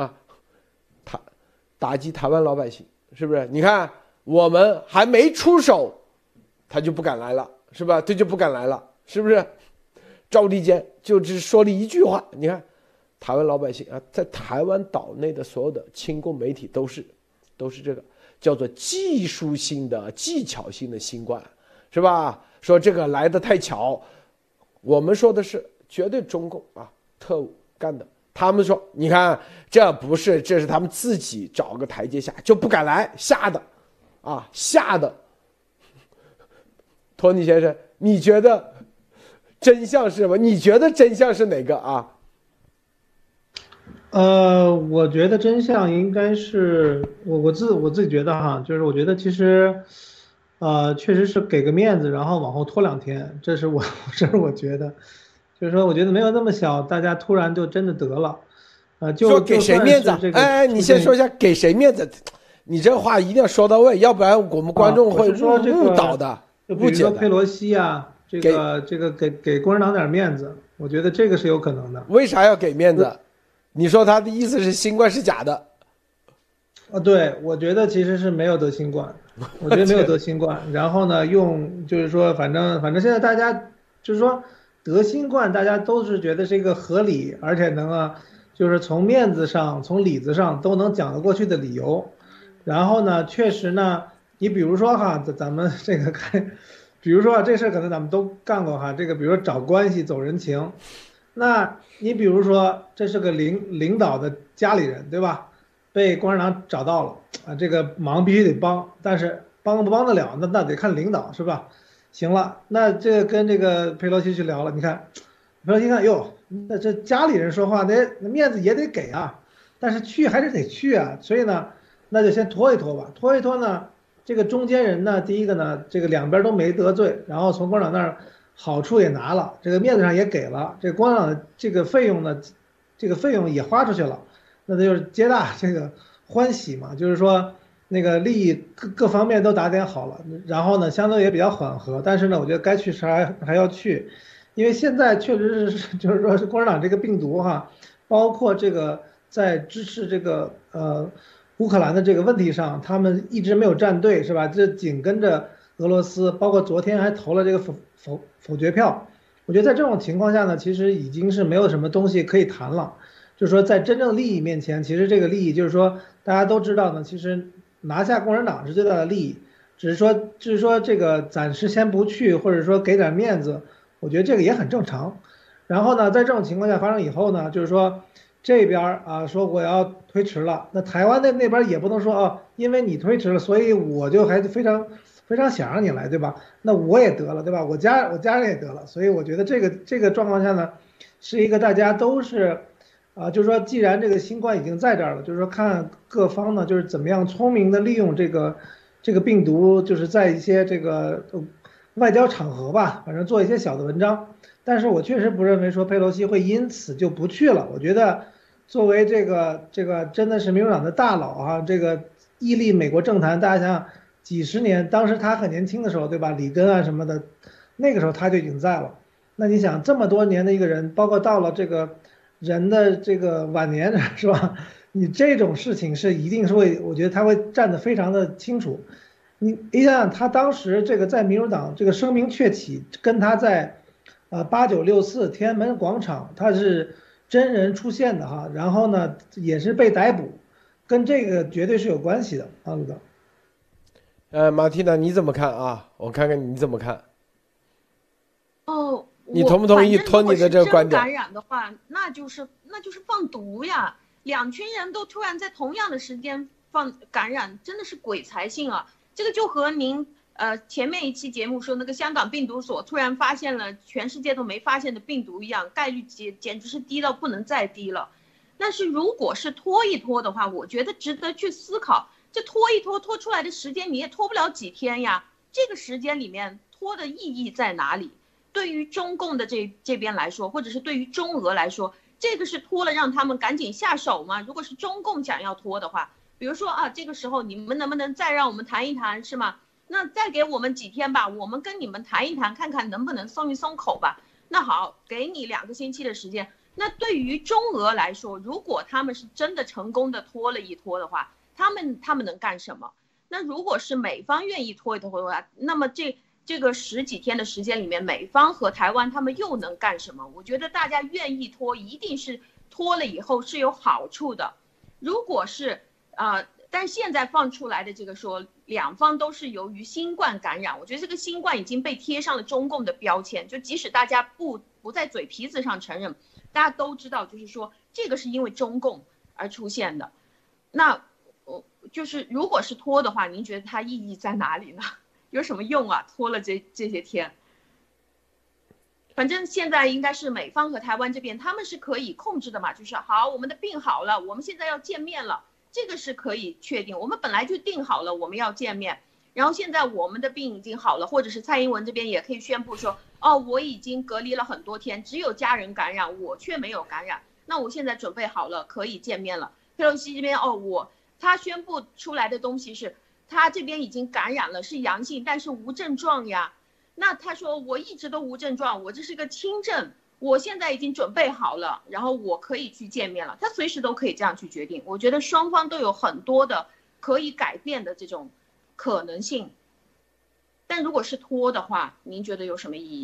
打击台湾老百姓，是不是？你看我们还没出手他就不敢来了，是吧？他就不敢来了，是不是？赵立坚就只说了一句话，你看台湾老百姓在台湾岛内的所有的亲共媒体都是这个叫做技术性的技巧性的新冠，是吧？说这个来得太巧，我们说的是绝对中共特务干的，他们说你看这不是，这是他们自己找个台阶下就不敢来，吓的托尼先生，你觉得真相是什么？你觉得真相是哪个我觉得真相应该是我自己觉得哈，就是我觉得其实，确实是给个面子，然后往后拖2天，这是我这是我觉得，就是说我觉得没有那么小，大家突然就真的得了， 说给就算谁面子啊？ 是这个哎，你先说一下给谁面子，你这话一定要说到位，要不然我们观众会我是说这个误导的、 就比如误解的。 说佩洛西啊，这个给共产党点面子，我觉得这个是有可能的。 为啥要给面子？你说他的意思是新冠是假的？ 对，我觉得其实是没有得新冠，我觉得没有得新冠。然后呢，就是说，反正现在大家就是说得新冠，大家都是觉得是一个合理，而且就是从面子上、从里子上都能讲得过去的理由。然后呢，确实呢，你比如说哈，咱们这个看，比如说这事儿可能咱们都干过哈，这个比如说找关系、走人情，那你比如说这是个领导的家里人，对吧？被共产党找到了啊，这个忙必须得帮，但是帮不帮得了，那得看领导是吧？行了，那这跟这个佩洛西去聊了，你看，佩洛西看哟，那这家里人说话那面子也得给啊，但是去还是得去啊，所以呢，那就先拖一拖吧，拖一拖呢，这个中间人呢，第一个呢，这个两边都没得罪，然后从共产党那儿好处也拿了，这个面子上也给了，这个共产党的这个费用呢，这个费用也花出去了。那就是皆大这个欢喜嘛，就是说那个利益各方面都打点好了，然后呢，相对也比较缓和，但是呢，我觉得该去时还要去，因为现在确实是就是说是共产党这个病毒哈，包括这个在支持这个乌克兰的这个问题上，他们一直没有站队是吧？这紧跟着俄罗斯，包括昨天还投了这个否决票，我觉得在这种情况下呢，其实已经是没有什么东西可以谈了。就是说，在真正利益面前，其实这个利益就是说，大家都知道呢，其实拿下共产党是最大的利益，只是说这个暂时先不去，或者说给点面子，我觉得这个也很正常。然后呢，在这种情况下发生以后呢，就是说这边啊说我要推迟了，那台湾那边也不能说啊，因为你推迟了，所以我就还非常非常想让你来，对吧？那我也得了，对吧？我家人也得了，所以我觉得这个状况下呢，是一个大家都是。就是说，既然这个新冠已经在这儿了，就是说看各方呢，就是怎么样聪明的利用这个病毒，就是在一些这个外交场合吧，反正做一些小的文章。但是我确实不认为说佩洛西会因此就不去了。我觉得，作为这个真的是民主党的大佬啊，这个屹立美国政坛，大家想想几十年，当时他很年轻的时候，对吧？里根啊什么的，那个时候他就已经在了。那你想这么多年的一个人，包括到了这个。人的这个晚年是吧？你这种事情是一定是会，我觉得他会站得非常的清楚。你想想，他当时这个在民主党这个声名鹊起，跟他在8964天安门广场，他是真人出现的哈。然后呢，也是被逮捕，跟这个绝对是有关系的啊，陆哥。 马蒂娜你怎么看啊？我看看你怎么看。 哦。 你同不同意托尼的这个观点？ 感染的话，那就是放毒呀！两群人都突然在同样的时间感染，真的是鬼才信啊！这个就和您前面一期节目说那个香港病毒所突然发现了全世界都没发现的病毒一样，概率简直是低到不能再低了。但是如果是拖一拖的话，我觉得值得去思考。这拖一拖出来的时间你也拖不了几天呀，这个时间里面拖的意义在哪里？对于中共的这边来说，或者是对于中俄来说，这个是拖了让他们赶紧下手吗？如果是中共想要拖的话，比如说啊，这个时候你们能不能再让我们谈一谈，是吗？那再给我们几天吧，我们跟你们谈一谈，看看能不能松一松口吧。那好，给你2个星期的时间。那对于中俄来说，如果他们是真的成功的拖了一拖的话，他们能干什么？那如果是美方愿意拖一拖的话，那么这个10几天的时间里面，美方和台湾他们又能干什么？我觉得大家愿意拖，一定是拖了以后是有好处的。如果是但是现在放出来的这个说两方都是由于新冠感染，我觉得这个新冠已经被贴上了中共的标签，就即使大家不在嘴皮子上承认，大家都知道，就是说这个是因为中共而出现的。那就是如果是拖的话，您觉得它意义在哪里呢？有什么用啊？拖了这些天， 反正现在应该是美方和台湾这边他们是可以控制的嘛，就是好，我们的病好了，我们现在要见面了，这个是可以确定，我们本来就定好了我们要见面，然后现在我们的病已经好了，或者是蔡英文这边也可以宣布说，哦，我已经隔离了很多天，只有家人感染，我却没有感染，那我现在准备好了，可以见面了。佩洛西这边他宣布出来的东西是他这边已经感染了，是阳性，但是无症状呀。那他说我一直都无症状，我这是个轻症，我现在已经准备好了，然后我可以去见面了。他随时都可以这样去决定。我觉得双方都有很多的可以改变的这种可能性。但如果是拖的话，您觉得有什么意义？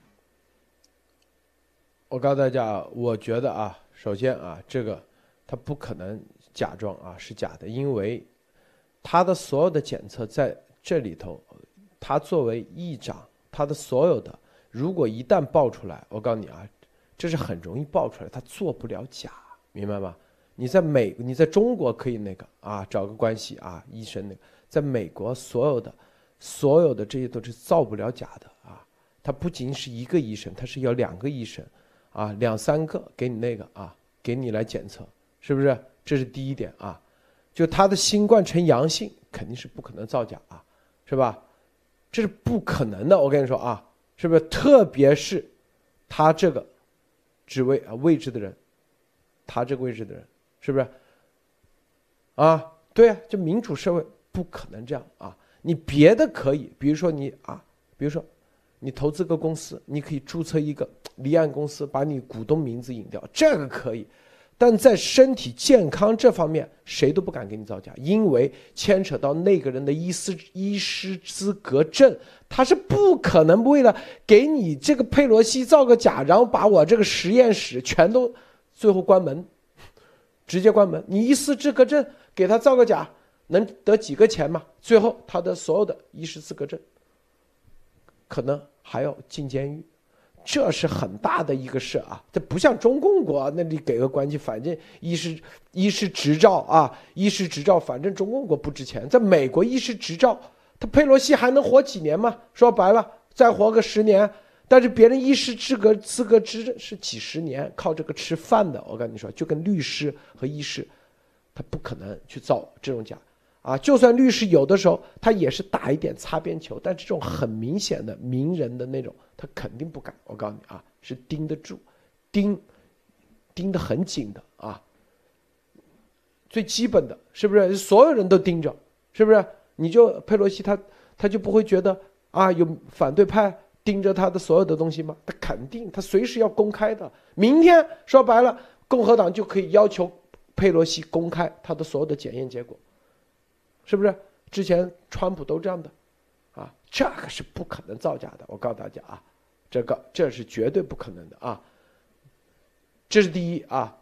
我告诉大家，我觉得啊，首先啊，这个他不可能假装啊是假的，因为他的所有的检测在这里头，他作为议长，他的所有的，如果一旦爆出来，我告诉你啊，这是很容易爆出来，他做不了假，明白吗？你在中国可以那个啊，找个关系啊，医生那个，在美国所有的这些都是造不了假的啊。他不仅是一个医生，他是要2个医生啊，2、3个给你那个啊，给你来检测，是不是？这是第一点啊。就他的新冠呈阳性，肯定是不可能造假啊，是吧？这是不可能的，我跟你说啊，是不是？特别是他这个位置的人，他这个位置的人，是不是？啊，对啊，就民主社会不可能这样啊。你别的可以，比如说你投资个公司，你可以注册一个离岸公司，把你股东名字隐掉，这个可以。但在身体健康这方面，谁都不敢给你造假，因为牵扯到那个人的医师资格证，他是不可能为了给你这个佩洛西造个假，然后把我这个实验室全都最后关门，直接关门。你医师资格证给他造个假，能得几个钱吗？最后他的所有的医师资格证，可能还要进监狱。这是很大的一个事啊，这不像中共国那里给个关系，反正医师执照啊，医师执照，反正中共国不值钱。在美国医师执照，他佩洛西还能活几年吗？说白了，再活个10年，但是别人医师资格证是几十年，靠这个吃饭的。我跟你说，就跟律师和医师，他不可能去造这种假。啊，就算律师有的时候他也是打一点擦边球，但这种很明显的名人的那种，他肯定不敢。我告诉你啊，是盯得住，盯得很紧的啊。最基本的是不是？所有人都盯着，是不是？你就佩洛西他就不会觉得啊有反对派盯着他的所有的东西吗？他肯定，他随时要公开的。明天说白了，共和党就可以要求佩洛西公开他的所有的检验结果。是不是？之前川普都这样的，啊，这个是不可能造假的。我告诉大家啊，这是绝对不可能的啊。这是第一啊。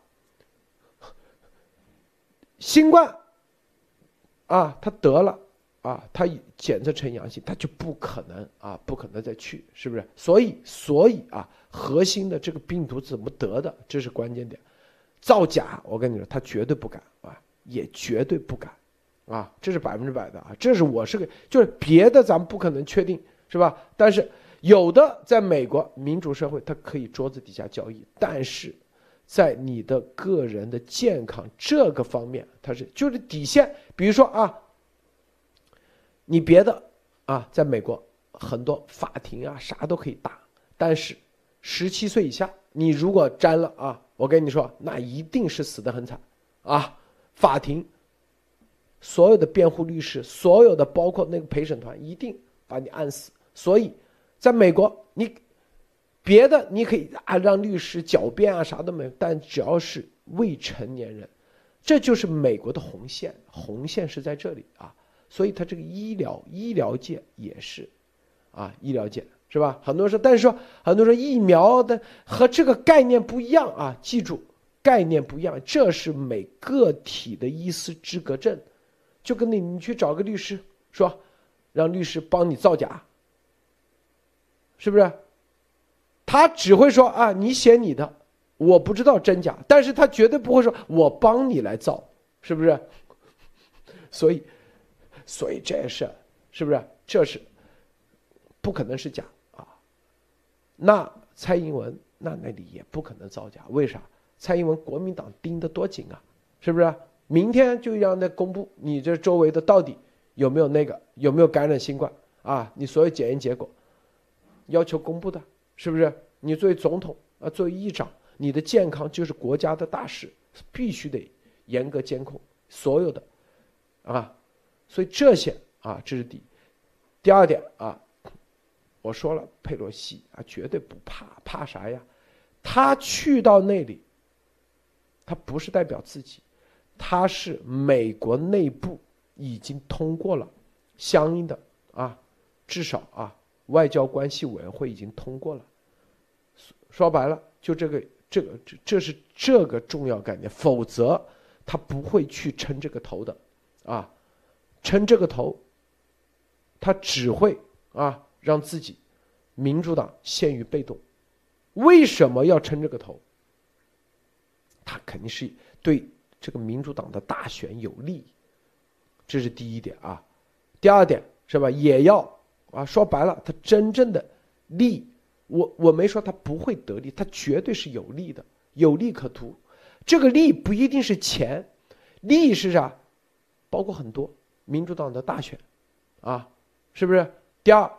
新冠啊，他得了啊，他检测成阳性，他就不可能再去，是不是？所以啊，核心的这个病毒怎么得的，这是关键点。造假，我跟你说，他绝对不敢啊，也绝对不敢。啊，这是100%的啊！这是就是别的咱们不可能确定，是吧？但是有的在美国民主社会，它可以桌子底下交易，但是在你的个人的健康这个方面，它就是底线。比如说啊，你别的啊，在美国很多法庭啊啥都可以打，但是17岁以下，你如果沾了啊，我跟你说，那一定是死得很惨啊！法庭。所有的辩护律师，所有的包括那个陪审团，一定把你按死。所以，在美国，你别的你可以啊让律师狡辩啊啥都没有，但只要是未成年人，这就是美国的红线，红线是在这里啊。所以他这个医疗界也是，啊，医疗界是吧？很多人说，但是说很多人说疫苗的和这个概念不一样啊，记住概念不一样，这是每个体的医师资格证。就跟你去找个律师说，让律师帮你造假，是不是？他只会说啊，你写你的，我不知道真假，但是他绝对不会说我帮你来造，是不是？所以这事是不是？这是不可能是假啊。那蔡英文那里也不可能造假，为啥？蔡英文国民党盯得多紧啊，是不是？明天就让他公布你这周围的到底有没有感染新冠啊？你所有检验结果要求公布的，是不是？你作为总统啊，作为议长，你的健康就是国家的大事，必须得严格监控所有的啊。所以这些啊，这是第二点啊。我说了，佩洛西啊，绝对不怕啥呀？他去到那里，他不是代表自己，他是美国内部已经通过了相应的啊，至少啊，外交关系委员会已经通过了。说白了，就这是这个重要概念，否则他不会去撑这个头的啊，撑这个头，他只会啊。让自己民主党陷于被动。为什么要撑这个头？他肯定是对这个民主党的大选有利，这是第一点啊。第二点是吧，也要啊，说白了，他真正的利，我没说他不会得利，他绝对是有利的，有利可图。这个利不一定是钱，利是啥？包括很多民主党的大选啊，是不是？第二，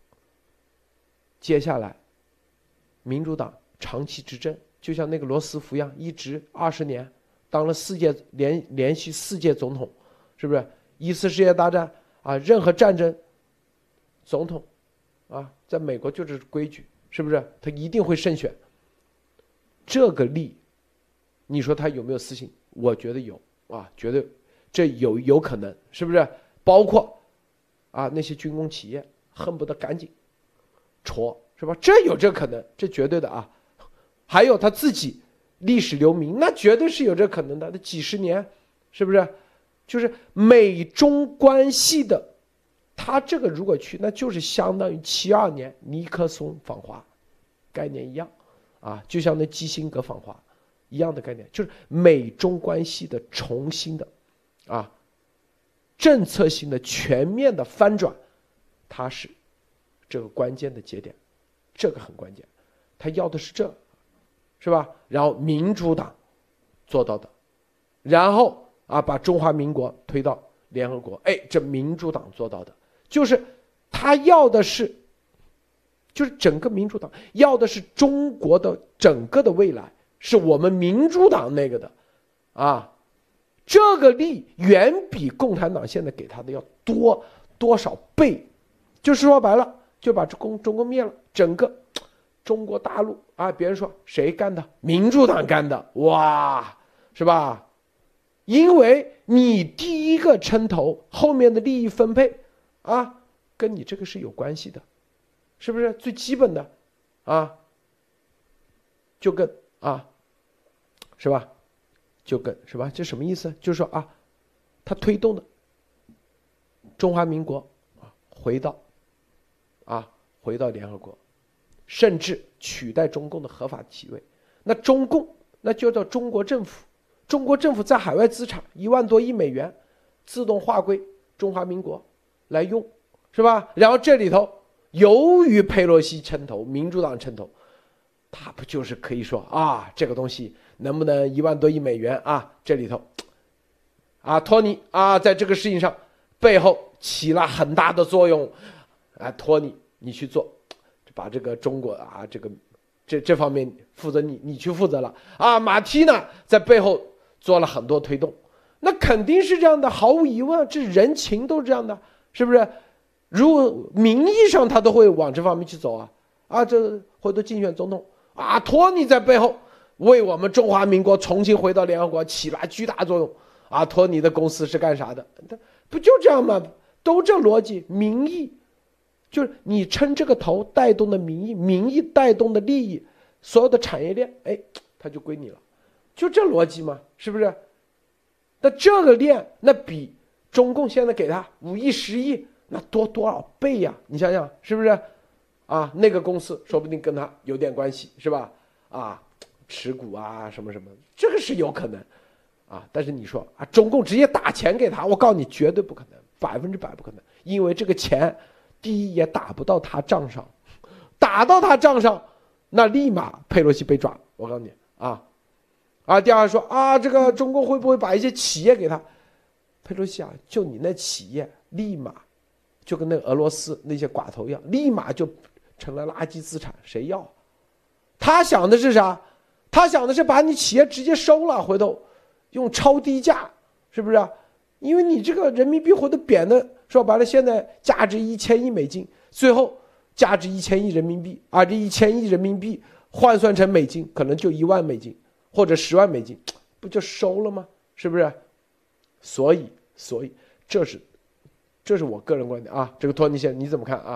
接下来，民主党长期执政，就像那个罗斯福一样，一直20年，当了连续4届总统，是不是？1次世界大战啊，任何战争，总统啊，在美国就是规矩，是不是？他一定会胜选。这个利，你说他有没有私心？我觉得有啊，绝对这有可能，是不是？包括啊那些军工企业恨不得赶紧戳，是吧？这有这可能，这绝对的啊。还有他自己历史留名，那绝对是有这可能的。那几十年，是不是？就是美中关系的，他这个如果去，那就是相当于72年尼克松访华，概念一样啊，就像那基辛格访华一样的概念，就是美中关系的重新的啊政策性的全面的翻转，它是这个关键的节点，这个很关键，他要的是这，是吧？然后民主党做到的，然后啊把中华民国推到联合国，哎，这民主党做到的，就是他要的是，就是整个民主党要的是中国的整个的未来，是我们民主党那个的，啊，这个利远比共产党现在给他的要多少倍，就是说白了，就把中国灭了，整个中国大陆啊，别人说谁干的？民主党干的，哇，是吧？因为你第一个撑头，后面的利益分配啊，跟你这个是有关系的，是不是？最基本的啊，就跟啊，是吧？就跟是吧？这什么意思？就是说啊，他推动的中华民国啊，回到联合国，甚至取代中共的合法地位。那中共那就叫中国政府，中国政府在海外资产1万多亿美元，自动划归中华民国来用，是吧？然后这里头由于佩洛西撑头，民主党撑头，他不就是可以说啊，这个东西能不能1万多亿美元啊？这里头啊，托尼啊，在这个事情上背后起了很大的作用啊，托尼你去做，把这个中国啊这方面负责你去负责了啊。马蒂娜在背后做了很多推动，那肯定是这样的，毫无疑问，这人情都是这样的，是不是？如果名义上他都会往这方面去走啊，这回头竞选总统啊，托尼在背后为我们中华民国重新回到联合国起了巨大作用啊。托尼的公司是干啥的？不就这样吗？都这逻辑，名义就是你撑这个头带动的民意，民意带动的利益，所有的产业链，哎，它就归你了，就这逻辑嘛，是不是？那这个链，那比中共现在给他5亿10亿，那多少倍呀？你想想是不是？啊，那个公司说不定跟他有点关系，是吧？啊，持股啊，什么什么，这个是有可能啊。但是你说啊，中共直接打钱给他，我告诉你，绝对不可能，100%不可能，因为这个钱，第一也打不到他账上，打到他账上， 那立马佩洛西被抓。我告诉你第二说这个中共会不会把一些企业给他？佩洛西就你那企业立马就跟那个俄罗斯那些寡头一样，立马就成了垃圾资产，谁要？他想的是啥？他想的是把你企业直接收了，回头用超低价，是不是？因为你这个人民币回头贬的，说白了，现在价值1000亿美金，最后价值1000亿人民币这1000亿人民币换算成美金，可能就1万美金或者10万美金，不就收了吗？是不是？所以这是我个人观点这个托尼先生你怎么看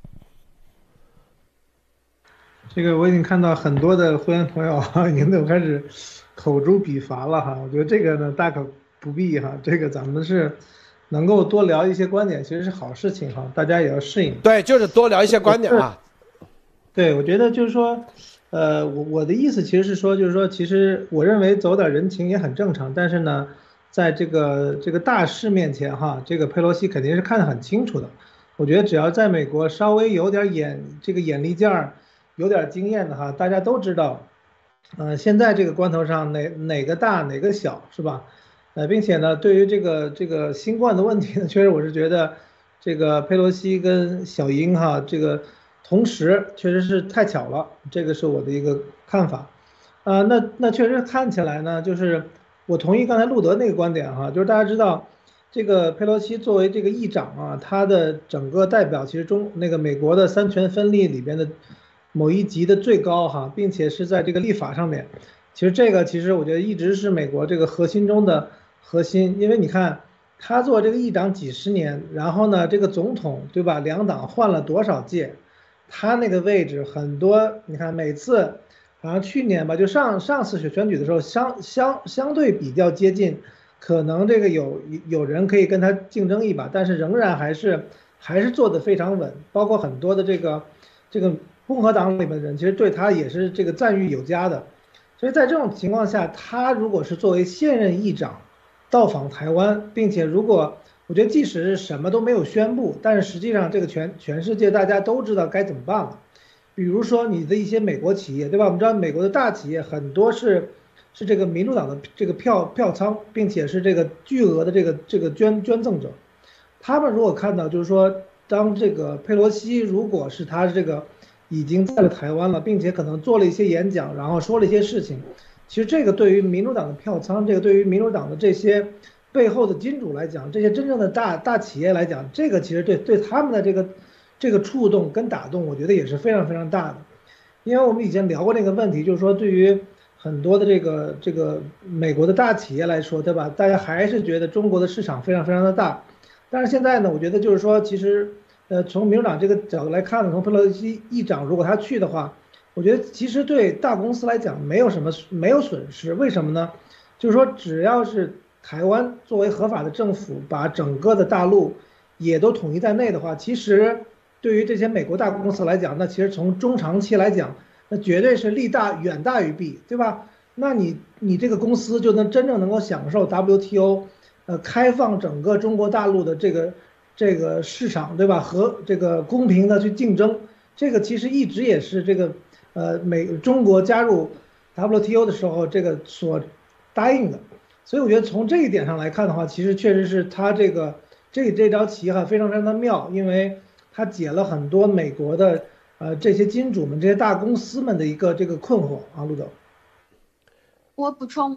这个我已经看到很多的会员朋友已经都开始口诛笔伐了我觉得这个呢大可不必这个咱们是能够多聊一些观点，其实是好事情大家也要适应。 对，就是多聊一些观点对，我觉得就是说，我的意思其实是说，就是说，其实我认为走点人情也很正常，但是呢，在这个大势面前这个佩洛西肯定是看得很清楚的。我觉得只要在美国稍微有点眼力劲儿，有点经验的大家都知道，现在这个关头上哪个大哪个小是吧？并且呢，对于这个新冠的问题呢，确实我是觉得这个佩洛西跟小英这个同时确实是太巧了，这个是我的一个看法。那确实看起来呢，就是我同意刚才路德那个观点就是大家知道，这个佩洛西作为这个议长他的整个代表其实美国的三权分立里边的某一级的最高并且是在这个立法上面，其实我觉得一直是美国这个核心中的核心，因为你看他做这个议长几十年，然后呢这个总统对吧，两党换了多少届，他那个位置很多，你看每次好像去年吧，就上次选举的时候相对比较接近，可能这个有人可以跟他竞争一把，但是仍然还是做得非常稳，包括很多的这个共和党里面的人其实对他也是这个赞誉有加的。所以在这种情况下，他如果是作为现任议长到访台湾，并且如果我觉得即使是什么都没有宣布，但是实际上这个全世界大家都知道该怎么办了。比如说你的一些美国企业，对吧？我们知道美国的大企业很多是这个民主党的这个票仓，并且是这个巨额的这个捐赠者。他们如果看到就是说，当这个佩洛西如果是他这个已经在了台湾了，并且可能做了一些演讲，然后说了一些事情，其实这个对于民主党的票仓，这个对于民主党的这些背后的金主来讲，这些真正的大企业来讲，这个其实对他们的这个触动跟打动，我觉得也是非常非常大的。因为我们以前聊过那个问题，就是说对于很多的这个美国的大企业来说，对吧？大家还是觉得中国的市场非常非常的大，但是现在呢，我觉得就是说，其实从民主党这个角度来看呢，从佩洛西议长如果他去的话，我觉得其实对大公司来讲没有损失。为什么呢？就是说只要是台湾作为合法的政府把整个的大陆也都统一在内的话，其实对于这些美国大公司来讲，那其实从中长期来讲，那绝对是利远大于弊，对吧？那你这个公司就能真正能够享受 WTO 开放整个中国大陆的这个市场，对吧？和这个公平的去竞争，这个其实一直也是这个中国加入 WTO 的时候这个所答应的。所以我觉得从这一点上来看的话，其实确实是他这招棋非常非常的妙，因为他解了很多美国的这些金主们、这些大公司们的一个这个困惑路德。 我补充，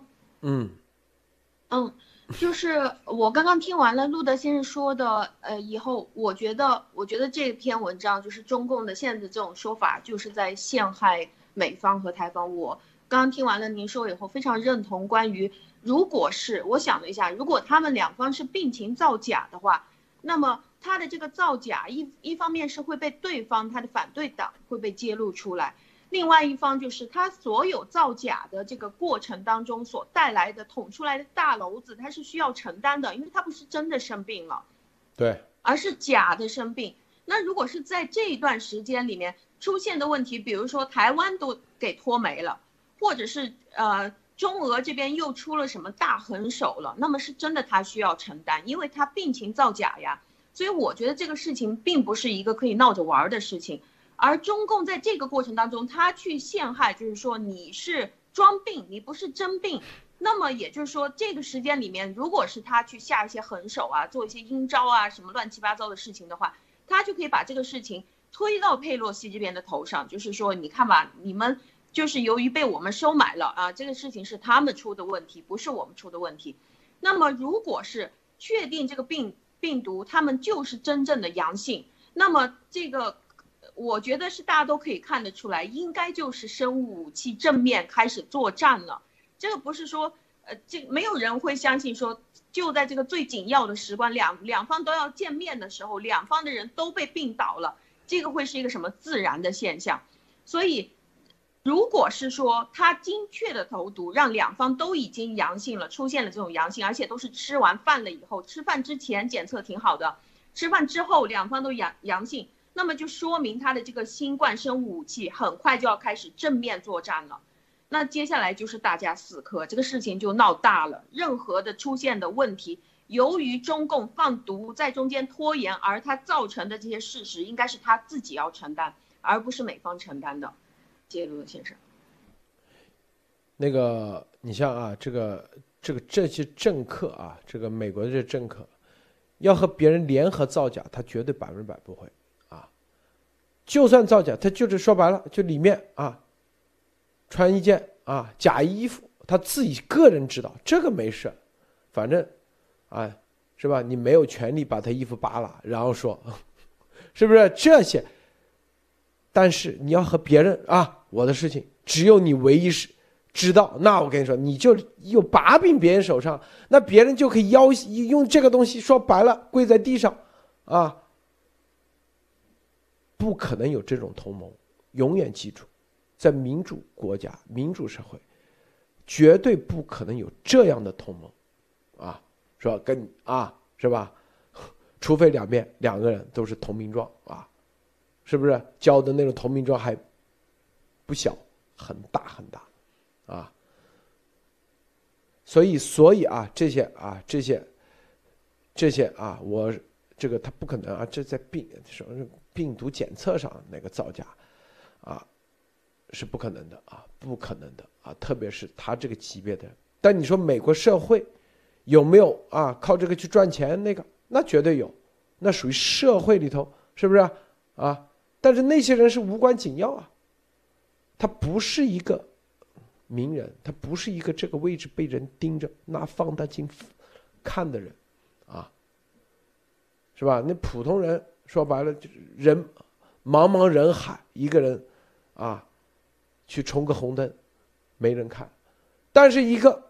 就是我刚刚听完了路德先生说的，以后我觉得这篇文章就是中共的现在的这种说法，就是在陷害美方和台方。我刚刚听完了您说以后，非常认同关于如果是我想了一下，如果他们两方是并情造假的话，那么他的这个造假一方面是会被对方他的反对党会被揭露出来。另外一方就是他所有造假的这个过程当中所带来的捅出来的大篓子，他是需要承担的，因为他不是真的生病了， 对， 而是假的生病。那如果是在这一段时间里面出现的问题，比如说台湾都给拖没了，或者是中俄这边又出了什么大狠手了，那么是真的他需要承担，因为他病情造假呀。所以我觉得这个事情并不是一个可以闹着玩的事情。 而中共在这个过程当中，他去陷害，就是说你是装病，你不是真病。那么也就是说，这个时间里面，如果是他去下一些狠手啊，做一些阴招啊，什么乱七八糟的事情的话，他就可以把这个事情推到佩洛西这边的头上，就是说，你看吧，你们就是由于被我们收买了啊，这个事情是他们出的问题，不是我们出的问题。那么如果是确定这个病毒他们就是真正的阳性，那么这个我觉得是大家都可以看得出来，应该就是生物武器正面开始作战了。这个不是说这没有人会相信说就在这个最紧要的时关，两方都要见面的时候，两方的人都被病倒了，这个会是一个什么自然的现象。所以如果是说他精确的投毒让两方都已经阳性了，出现了这种阳性，而且都是吃完饭了以后，吃饭之前检测挺好的，吃饭之后两方都阳性，那么就说明他的这个新冠生物武器很快就要开始正面作战了。那接下来就是大家死磕，这个事情就闹大了。任何的出现的问题，由于中共放毒在中间拖延，而它造成的这些事实，应该是他自己要承担，而不是美方承担的。谢谢卢德先生。 那个，你像啊，这些政客啊，这个美国的这政客，要和别人联合造假，他绝对100%不会啊。就算造假，他就是说白了，就里面啊。穿一件啊假衣服，他自己个人知道这个没事，反正啊是吧？你没有权利把他衣服扒了，然后说是不是这些？但是你要和别人啊，我的事情只有你唯一是知道，那我跟你说，你就有把柄别人手上，那别人就可以用这个东西，说白了跪在地上啊，不可能有这种同盟，永远记住。在民主国家、民主社会，绝对不可能有这样的同盟，啊，说跟啊是吧？除非两个人都是投名状啊，是不是？交的那种投名状还不小，很大很大，啊。所以啊，这些啊，我这个他不可能啊，这在病毒检测上那个造假，啊。是不可能的啊，不可能的啊！特别是他这个级别的人，但你说美国社会有没有啊靠这个去赚钱？那绝对有，那属于社会里头，是不是啊？但是那些人是无关紧要啊，他不是一个名人，他不是一个这个位置被人盯着拿放大镜看的人啊，是吧？那普通人说白了就是人茫茫人海，一个人啊。去冲个红灯，没人看，但是一个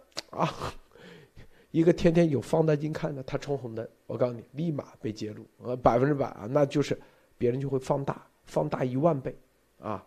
天天有放大镜看的，他冲红灯，我告诉你，立马被揭露，100%啊，那就是别人就会放大10000倍，啊，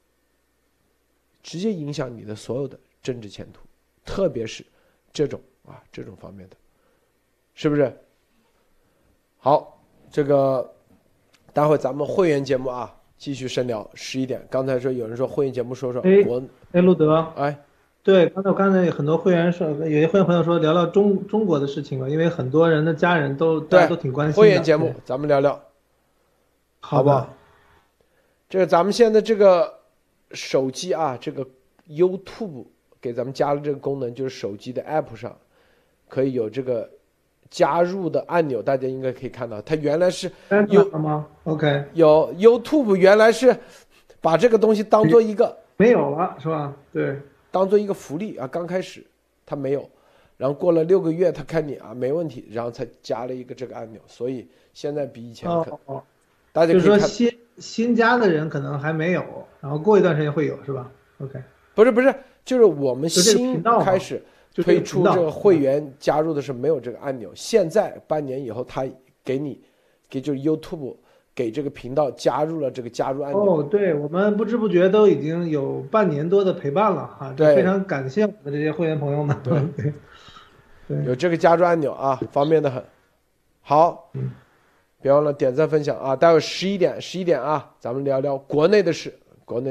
直接影响你的所有的政治前途，特别是这种方面的，是不是？好，这个待会咱们会员节目啊。继续深聊11点。刚才说有人说会员节目说路德，对，刚才有很多会员说，有些会员朋友说聊聊中国的事情吧，因为很多人的家人大家都挺关心的。 会员节目咱们聊聊，好不好？这个咱们现在这个手机啊，这个 YouTube 给咱们加了这个功能，就是手机的 App 上可以有这个。加入的按钮，大家应该可以看到，它原来是有吗 ？OK， 有 YouTube 原来是把这个东西当做一个没有了是吧？对， 当做一个福利啊，刚开始它没有，然后过了6个月，他看你啊没问题，然后才加了一个这个按钮，所以现在比以前大家可以看。 就是说新加的人可能还没有，然后过一段时间会有是吧 ？OK， 不是，就是我们新开始。推出这个会员加入的是没有这个按钮，现在半年以后，他给就是 YouTube 给这个频道加入了这个加入按钮。 哦，对，我们不知不觉都已经有半年多的陪伴了哈， 对， 非常感谢我们的这些会员朋友们。 对，有这个加入按钮啊，方便的很。好，别忘了点赞分享啊！待会11点啊，咱们聊聊国内的事，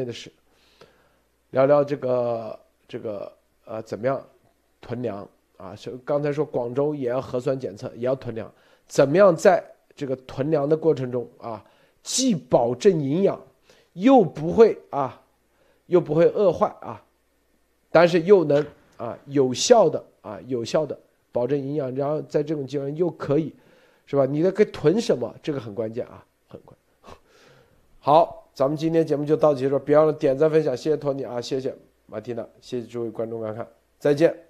聊聊这个怎么样？囤粮啊，刚才说广州也要核酸检测，也要囤粮，怎么样在这个囤粮的过程中啊，既保证营养， 又不会恶坏啊，但是又能有效的保证营养，然后在这种阶段又可以，是吧？你可以囤什么？这个很关键啊，很关键。好，咱们今天节目就到此结束，别忘了点赞分享，谢谢托尼啊，谢谢马蒂娜，谢谢诸位观众观看，再见。